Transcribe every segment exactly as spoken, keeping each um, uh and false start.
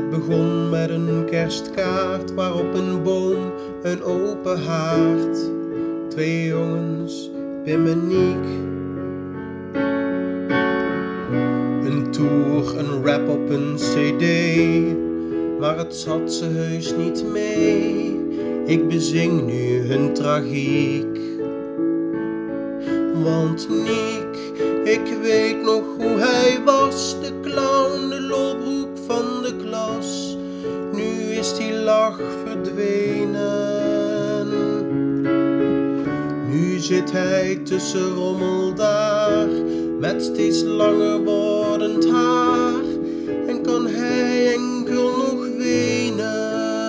Het begon met een kerstkaart waarop een boom, een open haard. Twee jongens, Pim en Niek. Een tour, een rap op een cd. Maar het zat ze heus niet mee. Ik bezing nu hun tragiek. Want Niek, ik weet nog hoe hij was. De clown, de lolbroek van de klas. Nu is die lach verdwenen. Nu zit hij tussen rommel daar. Met steeds langer wordend haar. En kan hij enkel nog wenen.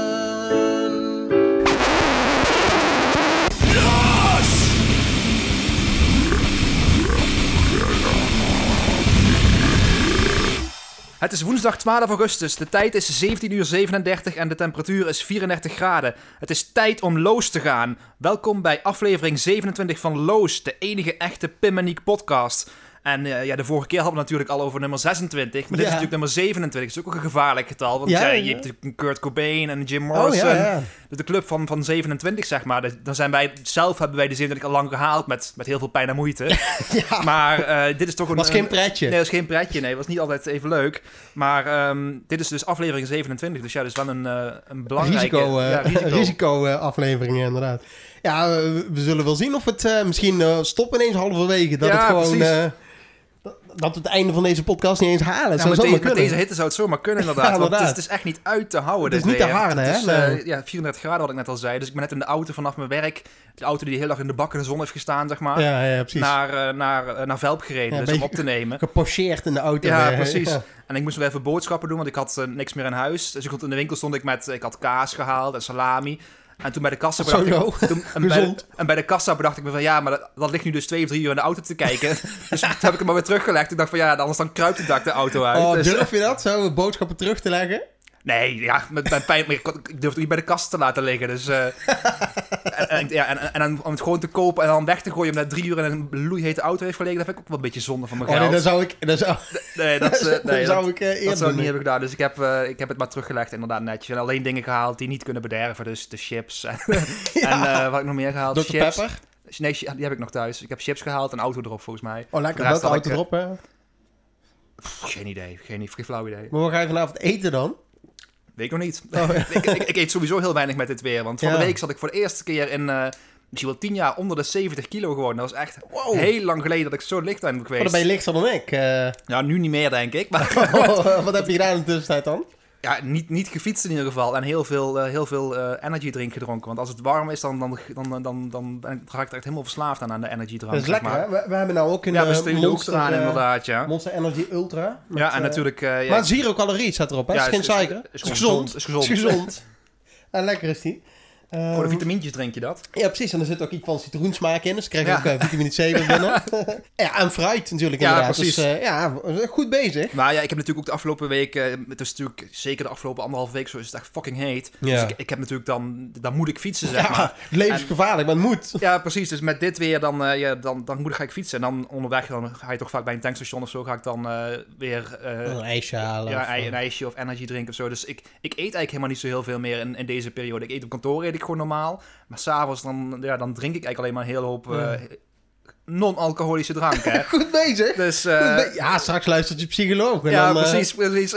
Het is woensdag twaalf augustus, de tijd is zeventien uur zevenendertig en de temperatuur is vierendertig graden. Het is tijd om Loos te gaan. Welkom bij aflevering zevenentwintig van Loos, de enige echte Pim en Niek podcast. En uh, ja, de vorige keer hadden we natuurlijk al over nummer zesentwintig, maar dit ja. is natuurlijk nummer zevenentwintig. Dat is ook een gevaarlijk getal, want ja, ja, je hebt natuurlijk Kurt Cobain en Jim Morrison. Oh, ja, ja. De club van, van zevenentwintig, zeg maar. Dan zijn wij, zelf hebben wij de zevenentwintig al lang gehaald met, met heel veel pijn en moeite. Ja. Maar uh, dit is toch een... was geen pretje. Nee, dat was geen pretje, nee. Het was niet altijd even leuk. Maar um, dit is dus aflevering zevenentwintig, dus ja, dat is wel een, uh, een belangrijke... Risico, uh, ja, risico. risico uh, aflevering, inderdaad. Ja, uh, we zullen wel zien of het uh, misschien uh, stopt ineens halverwege. Dat ja, het gewoon... Uh, dat we het einde van deze podcast niet eens halen. Ja, met, deze, met deze hitte zou het zomaar kunnen, inderdaad. Ja, inderdaad. Want het is, het is echt niet uit te houden. Het is niet te harde, hè? Het is uh, ja, vierendertig graden, wat ik net al zei. Dus ik ben net in de auto vanaf mijn werk. De auto die de hele dag in de bak in de zon heeft gestaan, zeg maar. Ja, ja, precies. Naar, uh, naar, uh, naar Velp gereden, ja, dus om op te nemen. Gepocheerd in de auto. Ja, weer. precies. Ja. En ik moest nog even boodschappen doen, want ik had uh, niks meer in huis. Dus ik in de winkel stond ik met... Ik had kaas gehaald en salami. En toen bij de kassa bedacht Zo, ik... Toen, en, bij de, en bij de kassa bedacht ik me van... Ja, maar dat, dat ligt nu dus twee of drie uur in de auto te kijken. Dus toen heb ik hem maar weer teruggelegd. Ik dacht van ja, anders dan kruipt het dak de auto uit. Oh, dus, durf je dat, zo boodschappen terug te leggen? Nee, ja, met mijn pijn... Maar ik, ik durf het niet bij de kassa te laten liggen. Dus... Uh, en, en, ja, en, en dan om het gewoon te kopen en dan weg te gooien... omdat het drie uur in een loeihete auto heeft gelegen... dat vind ik ook wel een beetje zonde van mijn geld. Oh nee, dat zou ik... Dat zou, nee, dat, uh, nee, dat zou dat, ik uh, dat zou ik niet hebben gedaan. Dus ik heb, uh, ik heb het maar teruggelegd, inderdaad netjes. En alleen dingen gehaald die niet kunnen bederven. Dus de chips. En, ja. en uh, wat heb ik nog meer gehaald? Doctor Chips. Pepper? Nee, die heb ik nog thuis. Ik heb chips gehaald en auto erop, volgens mij. Oh, lekker. Welke auto erop, hè? Geen idee. Geen geen flauw idee. Maar wat ga je vanavond eten dan? Weet ik nog niet. Oh, ja. ik, ik, ik eet sowieso heel weinig met dit weer. Want van ja. de week zat ik voor de eerste keer in... Uh, misschien wel tien jaar onder de zeventig kilo geworden. Dat was echt wow. heel lang geleden dat ik zo licht ben geweest. Maar dan ben je lichter dan ik. Uh... Ja, nu niet meer, denk ik. Maar oh, wat heb je gedaan in de tussentijd dan? Ja, niet, niet gefietst in ieder geval. En heel veel, uh, heel veel uh, energy drink gedronken. Want als het warm is, dan, dan, dan, dan, dan ben ik, raak ik er echt helemaal verslaafd aan, aan de energy drank. Dat is lekker, hè? We, we hebben nou ook een ja, uh, Monster, Monster aan, uh, inderdaad, ja. Monster Energy Ultra. Met, ja, en uh, natuurlijk... Uh, ja. Maar zero calorie staat erop, hè? Ja, is geen suiker. Is, is, is, is gezond. Is gezond. Is gezond. En lekker is die. Um, Voor de vitamintjes drink je dat? Ja, precies. En er zit ook iets van citroensmaak in. Dus je krijgt ja. ook uh, vitamine C binnen. ja, en fruit natuurlijk ja, inderdaad. Precies. Dus uh, ja, goed bezig. Maar ja, ik heb natuurlijk ook de afgelopen week... Uh, het is natuurlijk zeker de afgelopen anderhalve week zo is het echt fucking heet. Ja. Dus ik, ik heb natuurlijk dan... Dan moet ik fietsen, zeg ja, maar. levensgevaarlijk, maar het moet. Ja, precies. Dus met dit weer dan, uh, ja, dan, dan moet ik, ga ik fietsen. En dan onderweg dan ga je toch vaak bij een tankstation of zo... ga ik dan uh, weer... Uh, een ijsje halen. Ja, of, een ijsje of energy drinken of zo. Dus ik, ik eet eigenlijk helemaal niet zo heel veel meer in, in deze periode. Ik eet op kantoor, eet ik gewoon normaal... Maar s'avonds dan, ja, dan drink ik eigenlijk alleen maar een hele hoop uh, ja. non-alcoholische drank, hè. Goed bezig. Dus, uh, goed be- ja, straks luistert je psycholoog. En ja, dan, precies, uh... precies.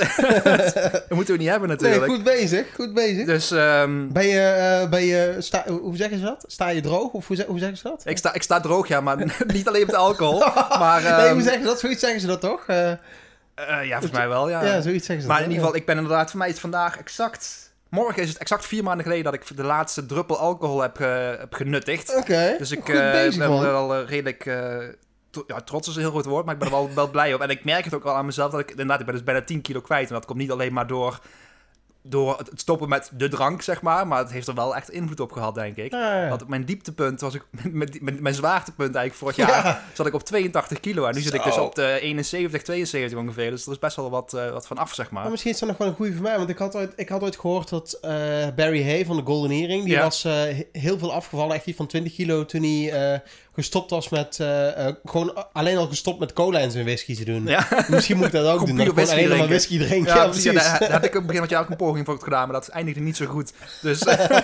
dat moeten we niet hebben natuurlijk. Nee, goed bezig, goed bezig. Dus, um... Ben je, uh, ben je sta, hoe zeggen ze dat? Sta je droog? Of hoe, hoe zeggen ze dat? Ik sta, ik sta droog, ja, maar niet alleen met alcohol. maar, um... nee, hoe zeggen ze dat? Zoiets zeggen ze dat toch? Uh, uh, ja, volgens mij wel, ja. Ja, zoiets zeggen ze Maar dat, in ieder geval, ja. ik ben inderdaad, voor mij is het vandaag exact... Morgen is het exact vier maanden geleden dat ik de laatste druppel alcohol heb, uh, heb genuttigd. Oké, okay. Dus ik Goed bezig, uh, ben man. wel uh, redelijk... Uh, to- ja, trots is een heel groot woord, maar ik ben er wel, wel blij op. En ik merk het ook wel aan mezelf dat ik... Inderdaad, ik ben dus bijna tien kilo kwijt. En dat komt niet alleen maar door... door het stoppen met de drank, zeg maar. Maar het heeft er wel echt invloed op gehad, denk ik. Ja, ja. Want op mijn dieptepunt was ik... Met, met, mijn zwaartepunt eigenlijk vorig jaar... Ja. zat ik op tweeëntachtig kilo. En nu zit ik dus op de eenenzeventig, tweeënzeventig ongeveer. Dus er is best wel wat, uh, wat van af, zeg maar. Maar misschien is dat nog wel een goede voor mij. Want ik had ooit, ik had ooit gehoord dat uh, Barry Hay van de Golden Earring... die ja. was uh, heel veel afgevallen. Echt iets van twintig kilo toen hij... Uh, gestopt was met... Uh, uh, gewoon alleen al gestopt met cola en zijn whisky te doen. Ja. Misschien moet ik dat ook doen. Dat gewoon alleen maar whisky drinken. Ja, ja precies. Daar, daar heb ik op het begin van het jaar ook een poging voor gedaan, maar dat eindigde niet zo goed. Dus...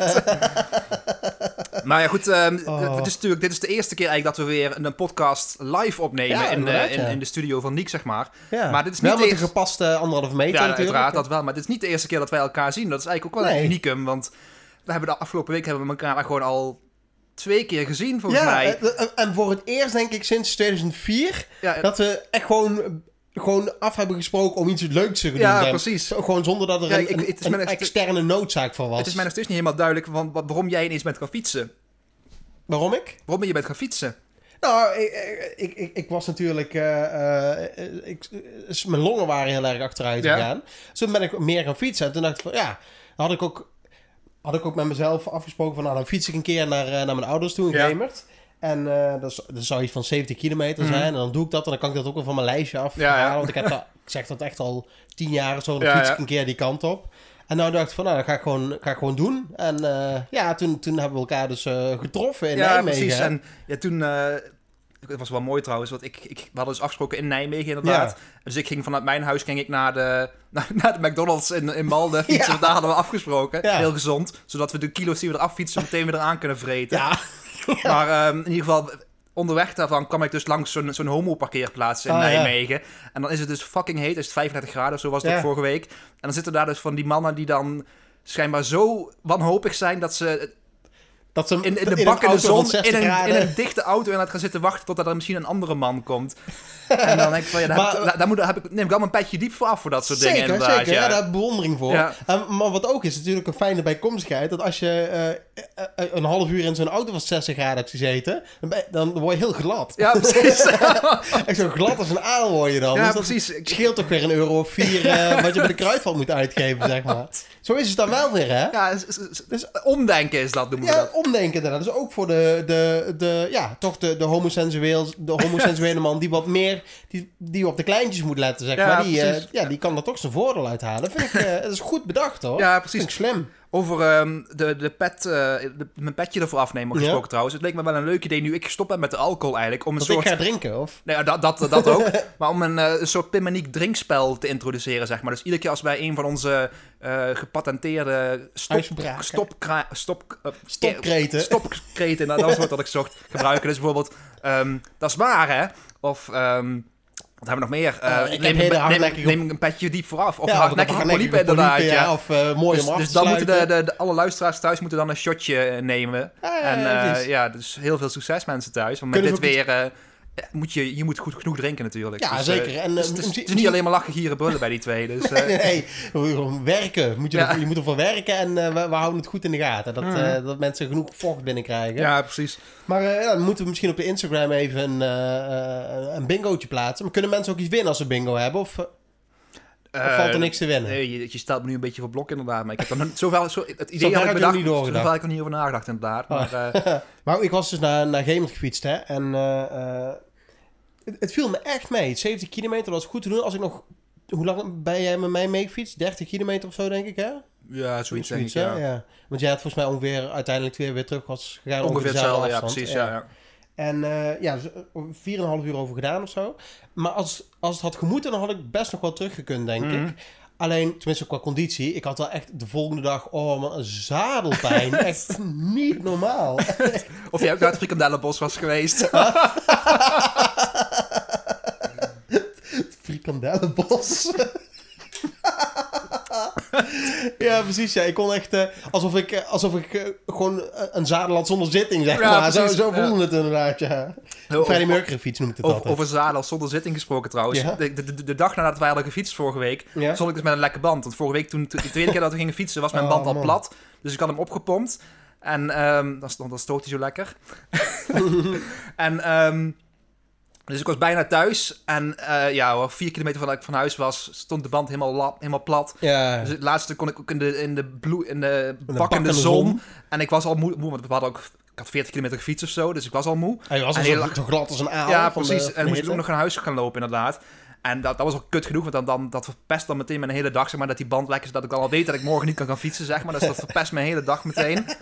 Maar ja, goed, um, oh. het is natuurlijk, dit is de eerste keer eigenlijk dat we weer een podcast live opnemen ja, in, uh, in, ja. in de studio van Niek, zeg maar. Ja. Maar dit is niet wel met eerst... een gepaste anderhalve meter ja, natuurlijk. uiteraard, dat wel. Maar dit is niet de eerste keer dat wij elkaar zien. Dat is eigenlijk ook wel nee. een unicum, want we hebben de afgelopen week hebben we elkaar gewoon al twee keer gezien, volgens ja, mij. En, en voor het eerst, denk ik, sinds tweeduizend vier, ja, dat we echt gewoon... gewoon af hebben gesproken om iets leuks te doen. Ja, zijn. precies. Gewoon zonder dat er ja, een, ik, het is een externe noodzaak voor was. Het is mij nog steeds niet helemaal duidelijk van, waarom jij ineens bent gaan fietsen. Waarom ik? Waarom ben je bent gaan fietsen? Nou, ik, ik, ik, ik was natuurlijk... Uh, uh, ik, mijn longen waren heel erg achteruit ja. gegaan. Dus toen ben ik meer gaan fietsen. En toen dacht ik van, ja... had ik ook, had ik ook met mezelf afgesproken van... nou, dan fiets ik een keer naar, uh, naar mijn ouders toe in ja. Gemert. En uh, dat, is, dat zou iets van zeventig kilometer zijn. Mm. En dan doe ik dat. En dan kan ik dat ook wel van mijn lijstje af. Ja, ja. Want ik, heb dat, ik zeg dat echt al tien jaar of zo. Dan ja, fiets ik ja. een keer die kant op. En nou dacht ik van, nou, dat ga ik gewoon, ga ik gewoon doen. En uh, ja, toen, toen hebben we elkaar dus uh, getroffen in ja, Nijmegen. Precies. En ja, toen... Uh, het was wel mooi trouwens, want ik, ik, we hadden dus afgesproken in Nijmegen inderdaad. Ja. Dus ik ging vanuit mijn huis ging ik naar de, naar, naar de McDonald's in, in Malden fietsen. Ja. Daar hadden we afgesproken. Ja. Heel gezond. Zodat we de kilo's die we eraf fietsen meteen weer eraan kunnen vreten. Ja. Ja. Maar um, in ieder geval... Onderweg daarvan kwam ik dus langs zo'n, zo'n homo-parkeerplaats in oh, Nijmegen. Ja. En dan is het dus fucking heet. Is het vijfendertig graden of zo was het ja. ook vorige week. En dan zitten daar dus van die mannen die dan schijnbaar zo wanhopig zijn dat ze... Dat ze in, in de bakkende zon in een, in een dichte auto en gaan zitten wachten totdat er misschien een andere man komt. En dan denk ik van, ja, daar, maar, heb, ik, daar, moet, daar heb ik, neem ik allemaal een petje diep voor af voor dat soort zeker, dingen inderdaad. Zeker, ja. ja, daar heb ik bewondering voor. Ja. Uh, maar wat ook is, natuurlijk een fijne bijkomstigheid, dat als je uh, uh, een half uur in zo'n auto van zestig graden hebt gezeten, dan, ben, dan word je heel glad. Ja, precies. Echt zo glad als een aal word je dan. Ja, dus precies. Dat scheelt toch weer een euro of vier uh, wat je bij de kruidvat moet uitgeven, zeg maar. Zo is het dan wel weer, hè? Ja, dus omdenken is dat, noemen we ja, dat. omdenken inderdaad. Dus ook voor de, de, de ja, toch de, de homosensueel, de homosensuele man die wat meer, die, die op de kleintjes moet letten, zeg ja, maar. Die, uh, ja, die kan er toch zijn voordeel uithalen. Vind ik, uh, dat is goed bedacht, hoor. Ja, precies. Vind ik slim. Over um, de, de pet, uh, de, mijn petje ervoor afnemen gesproken ja. trouwens. Het leek me wel een leuk idee nu ik gestopt ben met de alcohol eigenlijk. Om een dat soort... ik ga drinken, of? Nee, dat, dat, dat ook. Maar om een, uh, een soort Pimaniek drinkspel te introduceren, zeg maar. Dus iedere keer als wij een van onze uh, gepatenteerde stop, stop, stop, uh, stopkreten, stopkreten, nou, dat was het woord dat ik zocht, gebruiken. Dus bijvoorbeeld, um, dat is waar, hè? Of... Um, wat hebben we nog meer? Uh, uh, neem, een, neem, neem een petje diep vooraf. Of ja, hardnekkige polypen inderdaad. Ja. Ja. Of uh, mooi dus, om af dus te dan sluiten. moeten de, de, de, alle luisteraars thuis moeten dan een shotje nemen. Ja, en ja, uh, ja, dus heel veel succes mensen thuis. Want met dit weer... Uh, moet je, je moet goed genoeg drinken natuurlijk. Ja, dus, zeker. Uh, en, dus, uh, het, is, het is niet alleen maar lachen, gieren, brullen bij die twee. Dus, uh. nee, nee, nee. Werken. Moet je, ja. er, je moet ervoor werken en uh, we, we houden het goed in de gaten. Dat, mm. uh, dat mensen genoeg vocht binnenkrijgen. Ja, precies. Maar uh, ja, dan moeten we misschien op de Instagram even een, uh, een bingootje plaatsen. Maar kunnen mensen ook iets winnen als ze bingo hebben? Of... Uh... Of valt er niks te winnen? Nee, je, je stelt me nu een beetje voor blok inderdaad. Maar ik heb dan zoveel, zo, het idee had ik bedacht. Niet doorgedacht. Zoveel heb ik er niet over nagedacht inderdaad. Maar, uh... maar ik was dus naar, naar Gemert gefietst, hè. En uh, uh, het, het viel me echt mee. zeventig kilometer was goed te doen. Als ik nog... Hoe lang ben jij met mij meegefietst? dertig kilometer of zo, denk ik, hè? Ja, zoiets, denk ik, ja. ja. Want jij had volgens mij ongeveer uiteindelijk weer, weer terug was gegaan. Ongeveer hetzelfde, ja, precies, ja. ja. En uh, ja, vier en een half uur over gedaan of zo. Maar als, als het had gemoeten, dan had ik best nog wel teruggekund, denk mm-hmm. ik. Alleen, tenminste qua conditie, ik had wel echt de volgende dag, oh man, een zadelpijn. Echt niet normaal. Of jij ook naar het frikandellenbos was geweest. Het frikandellenbos. Ja, precies. Ja. Ik kon echt uh, alsof ik, alsof ik uh, gewoon uh, een zadel had zonder zitting, zeg ja, maar. Zo, zo voelde ja. het inderdaad, ja. Oh, Freddie Mercury fiets noemt het over, altijd. Over zadel zonder zitting gesproken trouwens. Ja? De, de, de dag nadat wij hadden gefietst vorige week, ja? stond ik dus met een lekke band. Want vorige week, toen, toen de tweede keer dat we gingen fietsen, was mijn oh, band al man. plat. Dus ik had hem opgepompt. En um, dan, stond, dan stoot hij zo lekker. en... Um, Dus ik was bijna thuis en uh, ja, vier kilometer van, van huis was, stond de band helemaal, lap, helemaal plat. Ja. Dus het laatste kon ik ook in de, in de, bloe, in de bakkende zon. zon. En ik was al moe, moe, want we hadden ook, ik had veertig kilometer gefietst of zo, dus ik was al moe. Hij was al zo, zo glad als een aal. Ja, precies. De, en moest ik ook nog naar huis gaan lopen inderdaad. En dat, dat was al kut genoeg, want dan, dan, dat verpest dan meteen mijn hele dag, zeg maar, dat die band lekker is, dat ik dan al weet dat ik morgen niet kan gaan fietsen, zeg maar. Dus dat verpest mijn hele dag meteen.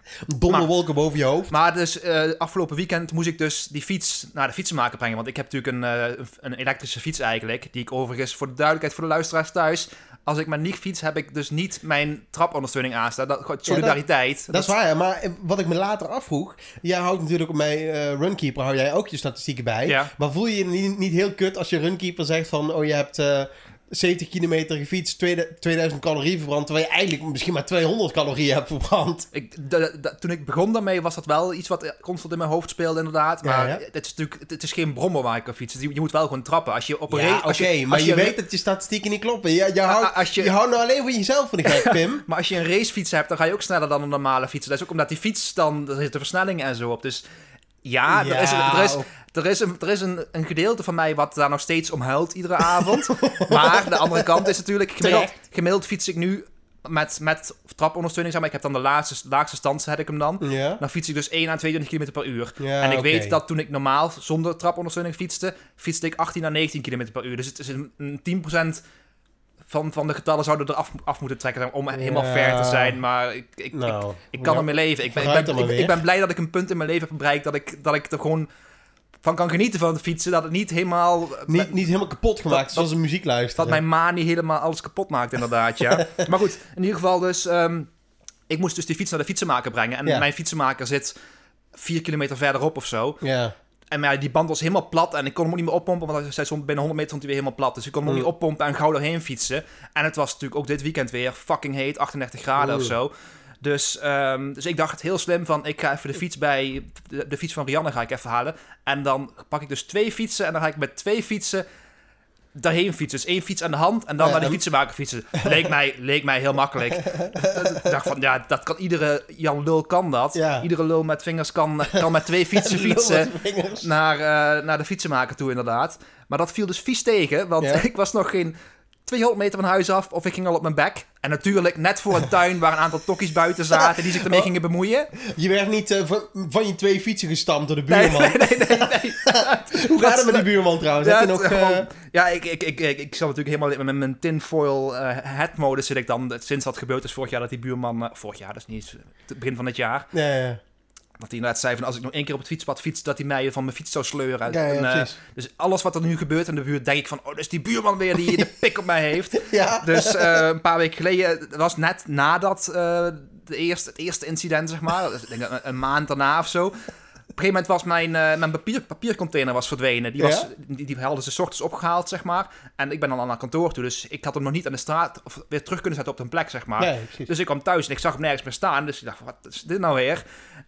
Donderwolken boven je hoofd. Maar dus uh, afgelopen weekend moest ik dus die fiets naar de fietsenmaker brengen. Want ik heb natuurlijk een, uh, een elektrische fiets eigenlijk. Die ik overigens, voor de duidelijkheid voor de luisteraars thuis... Als ik maar niet fiets, heb ik dus niet mijn trapondersteuning aanstaan. Dat, solidariteit. Ja, dat, dat is waar, ja. Maar wat ik me later afvroeg... Jij houdt natuurlijk op mijn uh, Runkeeper... hou jij ook je statistieken bij. Ja. Maar voel je je niet, niet heel kut als je Runkeeper zegt van... oh, je hebt... Uh, zeventig kilometer gefietst, tweeduizend calorieën verbrand... terwijl je eigenlijk misschien maar tweehonderd calorieën hebt verbrand. Ik, de, de, toen ik begon daarmee was dat wel iets wat constant in mijn hoofd speelde inderdaad. Maar ja, ja. Het is natuurlijk het is geen brommer waar ik kan fietsen. Je, je moet wel gewoon trappen. Als je op een ja, oké, okay, maar je, je weet dat je statistieken niet kloppen. Je, je, houdt, als je, je houdt nou alleen voor jezelf voor de gek, Pim. Maar als je een racefiets hebt, dan ga je ook sneller dan een normale fiets. Dat is ook omdat die fiets dan... er zitten versnellingen en zo op. Dus ja, ja er is... Er is Er is, een, er is een, een gedeelte van mij wat daar nog steeds om huilt iedere avond. Maar de andere kant is natuurlijk... Gemiddeld, gemiddeld fiets ik nu met, met trapondersteuning. Zeg maar. Ik heb dan de laagste, laagste stand, heb ik hem dan. Ja. Dan fiets ik dus één à tweeëntwintig kilometer per uur. Ja, en ik okay. weet dat toen ik normaal zonder trapondersteuning fietste... fietste ik achttien à negentien kilometer per uur. Dus het is een, een tien procent... Van, van de getallen zouden er af, af moeten trekken om helemaal ja. fair te zijn. Maar ik, ik, nou, ik, ik kan ja. ermee leven. Ik ben, ik, ben, ik, ik ben blij dat ik een punt in mijn leven heb bereikt... dat ik, dat ik er gewoon... van kan genieten van het fietsen, dat het niet helemaal... Niet, niet helemaal kapot gemaakt, dat, zoals een muziek luisteren. Dat mijn maan niet helemaal alles kapot maakt, inderdaad, ja. Maar goed, in ieder geval dus... Um, ik moest dus die fiets naar de fietsenmaker brengen. En ja. mijn fietsenmaker zit vier kilometer verderop of zo. Ja. En maar die band was helemaal plat en ik kon hem ook niet meer oppompen, want hij stond binnen honderd meter stond hij weer helemaal plat. Dus ik kon hem mm. ook niet oppompen en gauw doorheen fietsen. En het was natuurlijk ook dit weekend weer fucking heet, achtendertig graden Oeh. of zo. Dus, um, dus ik dacht heel slim van, ik ga even de fiets bij, de, de fiets van Rianne ga ik even halen. En dan pak ik dus twee fietsen en dan ga ik met twee fietsen daarheen fietsen. Dus één fiets aan de hand en dan ja, naar de en... fietsenmaker fietsen. Leek mij, leek mij heel makkelijk. Ik dacht van, ja, dat kan iedere Jan Lul kan dat. Ja. Iedere lul met vingers kan, kan met twee fietsen fietsen naar, uh, naar de fietsenmaker toe inderdaad. Maar dat viel dus vies tegen, want ja. ik was nog geen... tweehonderd meter van huis af, of ik ging al op mijn bek. En natuurlijk net voor een tuin waar een aantal tokkies buiten zaten... die zich ermee gingen bemoeien. Je werd niet uh, van, van je twee fietsen gestampt door de buurman. Nee, nee, nee. nee, nee. Hoe gaat het met die buurman trouwens? Ja, je nog, uh... ja ik, ik, ik, ik, ik zat natuurlijk helemaal met mijn tinfoil uh, head-modus zit ik dan... sinds dat gebeurd is vorig jaar dat die buurman... Uh, vorig jaar, dat is niet het begin van het jaar... Ja, ja. Dat hij inderdaad zei van als ik nog één keer op het fietspad fiets... dat hij mij van mijn fiets zou sleuren. Ja, ja, en, uh, dus alles wat er nu gebeurt in de buurt... denk ik van, oh, dus die buurman weer die de pik op mij heeft. Ja. Dus uh, een paar weken geleden... was net nadat uh, de eerste, het eerste incident, zeg maar... ik denk een, een maand daarna of zo... Op een gegeven moment was mijn, uh, mijn papier, papiercontainer was verdwenen. Die, was, ja? die, die hadden ze 's ochtends opgehaald, zeg maar. En ik ben dan al naar kantoor toe. Dus ik had hem nog niet aan de straat... of weer terug kunnen zetten op een plek, zeg maar. Nee, dus ik kwam thuis en ik zag hem nergens meer staan. Dus ik dacht, wat is dit nou weer?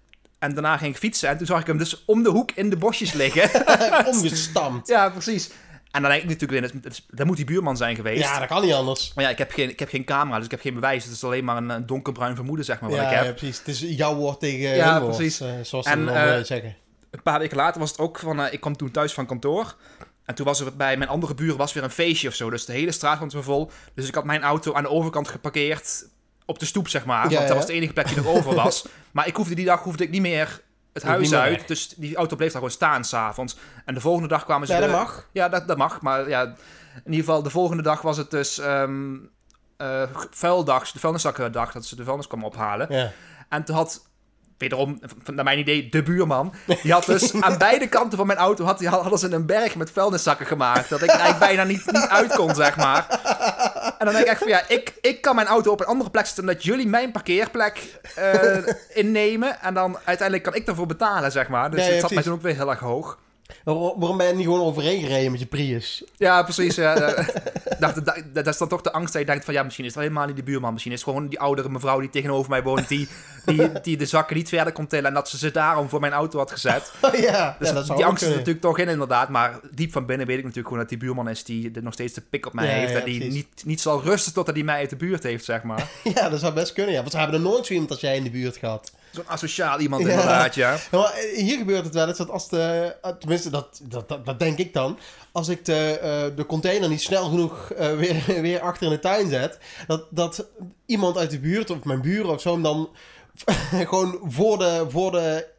En daarna ging ik fietsen. En toen zag ik hem dus om de hoek in de bosjes liggen. Omgestampt. Ja, precies. En dan denk ik natuurlijk weer, dat moet die buurman zijn geweest. Ja, dat kan niet anders. Maar ja, ik heb geen, ik heb geen camera, dus ik heb geen bewijs. Het is alleen maar een, een donkerbruin vermoeden, zeg maar, wat ja, ik heb. Ja, precies. Het is jouw woord tegen ja, woord, precies. Uh, zoals ze dan uh, zeggen. Een paar weken later was het ook van... Uh, ik kwam toen thuis van kantoor. En toen was er bij mijn andere buren was weer een feestje of zo. Dus de hele straat was weer vol. Dus ik had mijn auto aan de overkant geparkeerd... op de stoep, zeg maar. Ja, want dat ja. was de enige plek die nog over was. Maar ik hoefde die dag hoefde ik niet meer... het huis uit, weg. Dus die auto bleef daar gewoon staan s'avonds. En de volgende dag kwamen ze... Ja, de, dat mag. Ja, dat, dat mag. Maar ja, in ieder geval, de volgende dag was het dus um, uh, vuildag, de vuilniszakkendag, dat ze de vuilnis kwamen ophalen. Ja. En toen had, wederom, naar mijn idee, de buurman, die had dus aan beide kanten van mijn auto, had, die hadden ze een berg met vuilniszakken gemaakt, dat ik eigenlijk bijna niet, niet uit kon, zeg maar. En dan denk ik echt van, ja, ik, ik kan mijn auto op een andere plek zetten... omdat jullie mijn parkeerplek uh, innemen. En dan uiteindelijk kan ik daarvoor betalen, zeg maar. Dus ja, ja, het zat precies. mij toen ook weer heel erg hoog. Waarom ben je niet gewoon overheen gereden met je Prius? Ja, precies. Ja. dat, dat, dat is dan toch de angst dat je denkt van... ja, misschien is het helemaal niet de buurman. Misschien is het gewoon die oudere mevrouw die tegenover mij woont... die, die, die de zakken niet verder kon tillen... en dat ze ze daarom voor mijn auto had gezet. Oh, ja. Dus ja, dat die angst is er natuurlijk toch in, inderdaad. Maar diep van binnen weet ik natuurlijk gewoon... dat die buurman is die nog steeds de pik op mij ja, heeft... Ja, en die niet, niet zal rusten totdat hij mij uit de buurt heeft, zeg maar. Ja, dat zou best kunnen, ja. Want ze hebben er nooit zo iemand als jij in de buurt gehad. Zo'n asociaal iemand inderdaad, ja. ja. Maar hier gebeurt het wel eens dat als de... Tenminste, dat, dat, dat, dat denk ik dan. Als ik de, uh, de container niet snel genoeg uh, weer, weer achter in de tuin zet... Dat, dat iemand uit de buurt of mijn buren of zo hem dan... gewoon voor de, voor de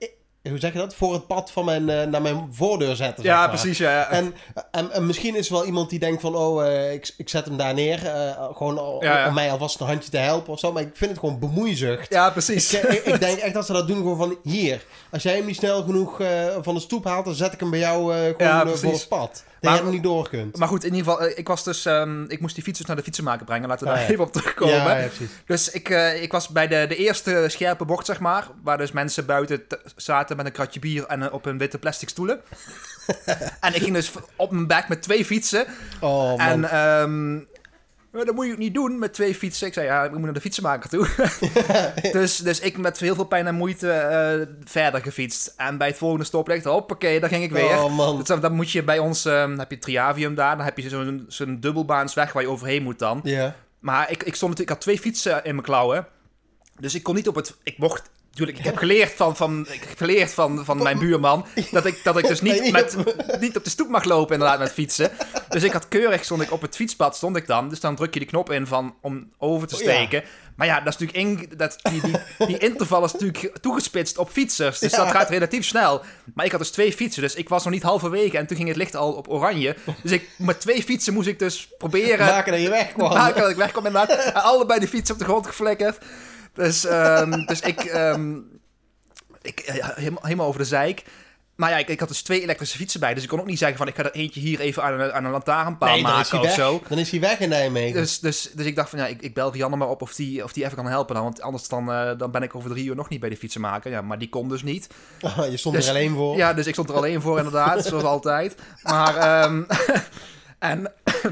hoe zeg je dat? Voor het pad van mijn, uh, naar mijn voordeur zetten. Ja, zeg maar. precies. Ja, ja. En, en, en misschien is er wel iemand die denkt van... oh, uh, ik, ik zet hem daar neer. Uh, gewoon al, ja, ja. om mij alvast een handje te helpen of zo. Maar ik vind het gewoon bemoeizucht. Ja, precies. Ik, ik, ik denk echt dat ze dat doen gewoon van... hier, als jij hem niet snel genoeg uh, van de stoep haalt... dan zet ik hem bij jou uh, gewoon ja, uh, voor het pad. Dat maar, je hem niet door kunt. Maar goed, in ieder geval... ik was dus... Um, ik moest die fiets dus naar de fietsenmaker brengen. Laten we daar ah, ja. even op terugkomen. Ja, ja, precies. Dus ik, uh, ik was bij de, de eerste scherpe bocht, zeg maar... waar dus mensen buiten t- zaten met een kratje bier... en uh, op hun witte plastic stoelen. En ik ging dus op mijn bek met twee fietsen. Oh, man. En um, dat moet je ook niet doen met twee fietsen. Ik zei, ja, ik moet naar de fietsenmaker toe. dus, dus ik met heel veel pijn en moeite uh, verder gefietst. En bij het volgende stoplicht, hoppakee, daar ging ik weer. Oh, man. Dus dan moet je bij ons, um, heb je Triavium daar. Dan heb je zo'n, zo'n dubbelbaansweg waar je overheen moet dan. Yeah. Maar ik, ik, stond, ik had twee fietsen in mijn klauwen. Dus ik kon niet op het... Ik mocht... Natuurlijk, ik heb geleerd van, van, ik heb geleerd van, van mijn buurman dat ik, dat ik dus niet, met, niet op de stoep mag lopen inderdaad met fietsen. Dus ik had keurig, stond ik op het fietspad, stond ik dan. Dus dan druk je die knop in van, om over te steken. Oh, ja. Maar ja, dat is natuurlijk in, dat, die, die, die interval is natuurlijk toegespitst op fietsers. Dus ja. dat gaat relatief snel. Maar ik had dus twee fietsen, dus ik was nog niet halverwege. En toen ging het licht al op oranje. Dus ik, met twee fietsen moest ik dus proberen... Maken dat je wegkwam. Maken dat ik wegkwam inderdaad. En allebei de fietsen op de grond geflikkerd. Dus, um, dus ik, um, ik uh, helemaal, helemaal over de zeik. Maar ja, ik, ik had dus twee elektrische fietsen bij. Dus ik kon ook niet zeggen van... ik ga er eentje hier even aan een, aan een lantaarnpaal nee, maken of zo. Dan is hij weg in Nijmegen. Dus, dus, dus ik dacht van ja, ik, ik bel Rianne maar op of die, of die even kan helpen dan. Want anders dan, uh, dan ben ik over drie uur nog niet bij de fietsenmaker. Ja, maar die kon dus niet. Oh, je stond dus, er alleen voor. Ja, dus ik stond er alleen voor inderdaad. Zoals altijd. Maar... Um, en...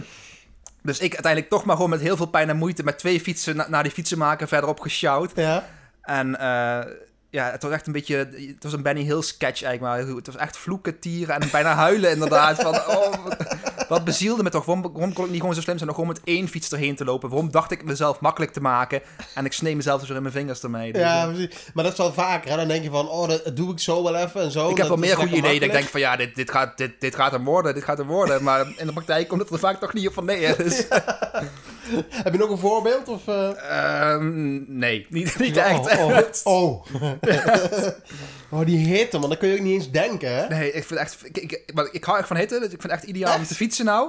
Dus ik uiteindelijk toch maar gewoon met heel veel pijn en moeite... met twee fietsen na- naar die fietsenmaker verderop gesjouwd. Ja. En uh, ja, het was echt een beetje... Het was een Benny Hill sketch eigenlijk. Maar het was echt vloeken, tieren en bijna huilen inderdaad. Van, oh, wat, wat bezielde me toch. Waarom, waarom kon ik niet gewoon zo slim zijn om gewoon met één fiets erheen te lopen? Waarom dacht ik mezelf makkelijk te maken? En ik sneed mezelf dus weer in mijn vingers ermee. Dus ja, precies. Maar dat is wel vaker. Hè? Dan denk je van, oh, dat doe ik zo wel even en zo. Ik heb wel meer goede ideeën. Dat ik denk van, ja, dit, dit, gaat, dit, dit gaat hem worden. Dit gaat hem worden. Maar in de praktijk komt het er vaak toch niet op van neer. Dus... Heb je nog een voorbeeld? Of, uh... um, nee, niet, niet echt. Oh, oh. oh. oh, die hitte, man. Dat kun je ook niet eens denken, hè? Nee, ik vind echt... Ik, ik, maar ik hou echt van hitte. Dus ik vind het echt ideaal om te fietsen nou.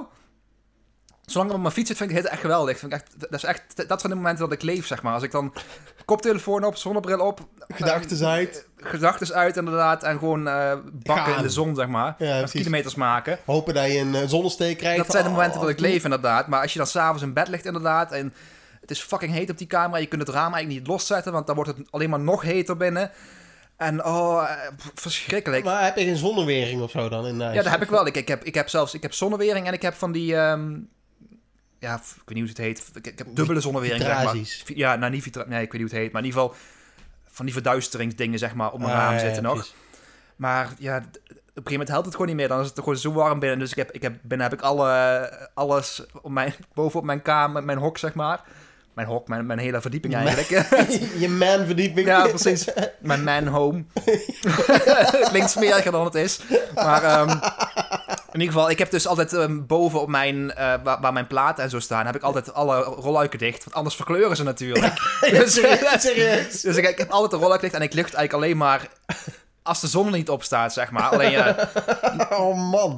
Zolang ik op mijn fiets zit, vind ik hitte echt geweldig. Vind ik echt, dat, is echt, dat zijn de momenten dat ik leef, zeg maar. Als ik dan koptelefoon op, zonnebril op... Gedachten uit. Uh, gedachten uit, inderdaad. En gewoon uh, bakken Gaan. in de zon, zeg maar. Ja, en kilometers maken. Hopen dat je een uh, zonnesteek krijgt. Dat zijn de momenten oh, dat ik leef, inderdaad. Maar als je dan s'avonds in bed ligt, inderdaad... en het is fucking heet op die camera. Je kunt het raam eigenlijk niet loszetten... want dan wordt het alleen maar nog heter binnen... En oh, verschrikkelijk. Maar heb je geen zonnewering of zo dan in huis? Ja, dat heb ik wel. Ik, ik, heb, ik heb zelfs ik heb zonnewering en ik heb van die... Um, ja, ik weet niet hoe het heet. Ik, ik heb dubbele zonnewering, zeg maar. Ja, nou niet vitra- Nee, ik weet niet hoe het heet. Maar in ieder geval van die verduisteringsdingen, zeg maar, op mijn ah, raam ja, zitten ja, nog. Precies. Maar ja, op een gegeven moment helpt het gewoon niet meer. Dan is het gewoon zo warm binnen. Dus ik heb, ik heb, binnen heb ik alle, alles op mijn, bovenop mijn kamer, mijn hok, zeg maar. Mijn hok, mijn, mijn hele verdieping eigenlijk. Je man-verdieping. Ja, precies. Mijn man-home. Klinkt smeriger dan het is. Maar um, in ieder geval, ik heb dus altijd um, boven op mijn, uh, waar, waar mijn platen en zo staan, heb ik altijd alle rolluiken dicht. Want anders verkleuren ze natuurlijk. dus serieus? dus ik, ik heb altijd de rolluik dicht en ik lucht eigenlijk alleen maar als de zon er niet op staat, zeg maar. Alleen, uh, oh man.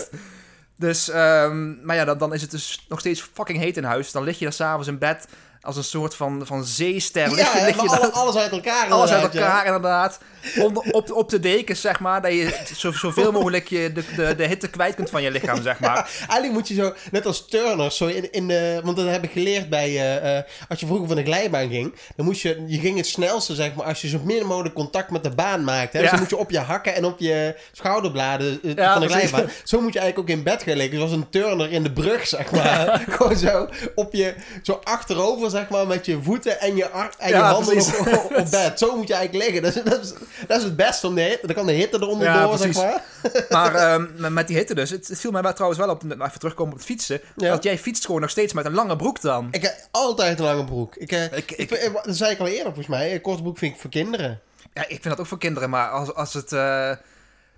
Dus, um, maar ja, dan, dan is het dus nog steeds fucking heet in huis. Dan lig je daar s'avonds in bed als een soort van, van zeester. Ja, lig je, lig je alle, dan, alles uit elkaar. Alles uit elkaar, ja. inderdaad. Onder, op, op de dekens, zeg maar. Dat je zo, zoveel mogelijk je de, de, de hitte kwijt kunt van je lichaam, zeg maar. Ja, eigenlijk moet je zo, net als turners, zo in, in de, want dat heb ik geleerd bij, uh, uh, als je vroeger van de glijbaan ging, dan moest je, je ging het snelste, zeg maar, als je zo min mogelijk contact met de baan maakt. Hè? Ja. Dus dan moet je op je hakken en op je schouderbladen uh, ja, van de precies. glijbaan. Zo moet je eigenlijk ook in bed gaan liggen. Zoals een turner in de brug, zeg maar. Gewoon zo op je, zo achterover, zeg maar, met je voeten en je, ar- en ja, je handen op, op, op bed. Zo moet je eigenlijk liggen. Dat is, dat is, dat is het beste om de hitte. Dan kan de hitte eronder ja, door, precies. zeg maar. Maar um, met die hitte dus. Het, het viel mij wel, trouwens wel op, even terugkomen op het fietsen. Ja. Dat jij fietst gewoon nog steeds met een lange broek dan. Ik heb altijd een lange broek. Ik, uh, ik, ik, ik, ik, dat zei ik al eerder volgens mij. Een korte broek vind ik voor kinderen. Ja, ik vind dat ook voor kinderen. Maar als, als het... Uh,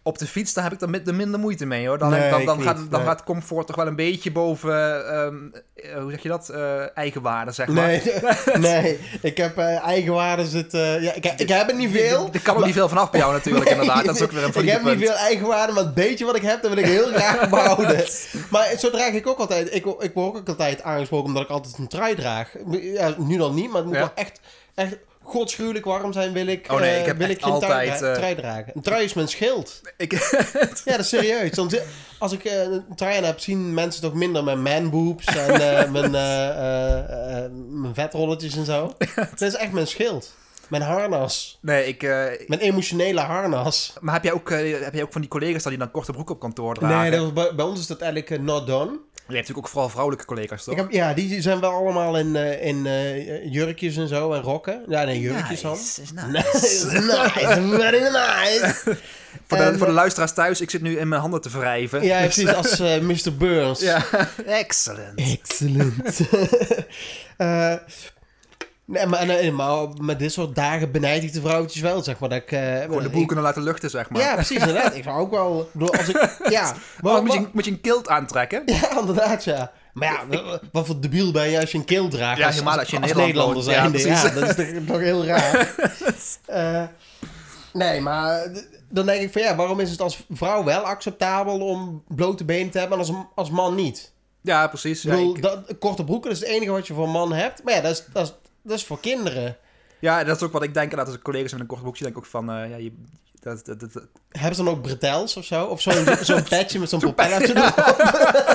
op de fiets, daar heb ik dan de minder moeite mee, hoor. Dan, Nee, dan, dan, ik gaat, niet, dan nee. gaat comfort toch wel een beetje boven, um, uh, hoe zeg je dat, uh, eigenwaarde, zeg maar. Nee, nee. Ik heb uh, eigenwaarde zit... Uh, ja, ik, ik heb er niet veel. Er kan ook niet veel vanaf bij jou natuurlijk, Nee, inderdaad. Dat is ook weer een ik valide heb niet punt. veel eigenwaarde, maar het beetje wat ik heb, dat wil ik heel graag behouden. Maar zo draag ik ook altijd... Ik, ik word ook altijd aangesproken omdat ik altijd een trui draag. Ja, nu dan niet, maar het moet Ja. wel echt... echt godschuwelijk warm zijn, wil ik, Oh nee, ik uh, heb wil echt ik geen altijd, trui, uh... trui dragen. Een trui is mijn schild. Ik... Ja, dat is serieus. Want als ik uh, een trui aan heb, zien mensen toch minder mijn manboobs en uh, mijn, uh, uh, uh, mijn vetrolletjes en zo. Dat is echt mijn schild. Mijn harnas. Nee, ik... Uh... Mijn emotionele harnas. Maar heb jij ook, uh, heb jij ook van die collega's die dan korte broek op kantoor dragen? Nee, dat, bij, bij ons is dat eigenlijk uh, not done. Je hebt natuurlijk ook vooral vrouwelijke collega's, toch? Ik heb, ja, die zijn wel allemaal in, uh, in uh, jurkjes en zo en rokken. Ja, nee, jurkjes dan. Nice, is nice. Nice, nice, very nice. voor, de, en, voor de luisteraars thuis, ik zit nu in mijn handen te wrijven. Ja, precies, als uh, mister Burns. Ja, excellent. Excellent. uh, nee, maar, nee, maar met dit soort dagen benijd ik de vrouwtjes wel, zeg maar. Dat ik, uh, Gewoon de boel ik, kunnen laten luchten, zeg maar. Ja, precies, inderdaad. Ik zou ook wel... Door, als ik, ja, maar, maar, moet, je, moet je een kilt aantrekken? Ja, inderdaad, ja. Maar ja, wat voor debiel ben je als je een kilt draagt? Ja, als, helemaal als je in Nederland Nederlander woont. zijn. Ja, Ja, ja, dat is toch, toch heel raar. uh, nee, maar dan denk ik van ja, waarom is het als vrouw wel acceptabel om blote benen te hebben en als, als man niet? Ja, precies. Ik bedoel, ja, ik... dat, korte broeken, dat is het enige wat je voor een man hebt. Maar ja, dat is, dat is, dat is voor kinderen. ja, dat is ook wat ik denk. En dat als collega's met een kort broekje denk ik ook van... Uh, ja, je, dat, dat, dat, dat... Hebben ze dan ook bretels of zo? Of zo'n zo'n petje met zo'n propellertje ja. erop?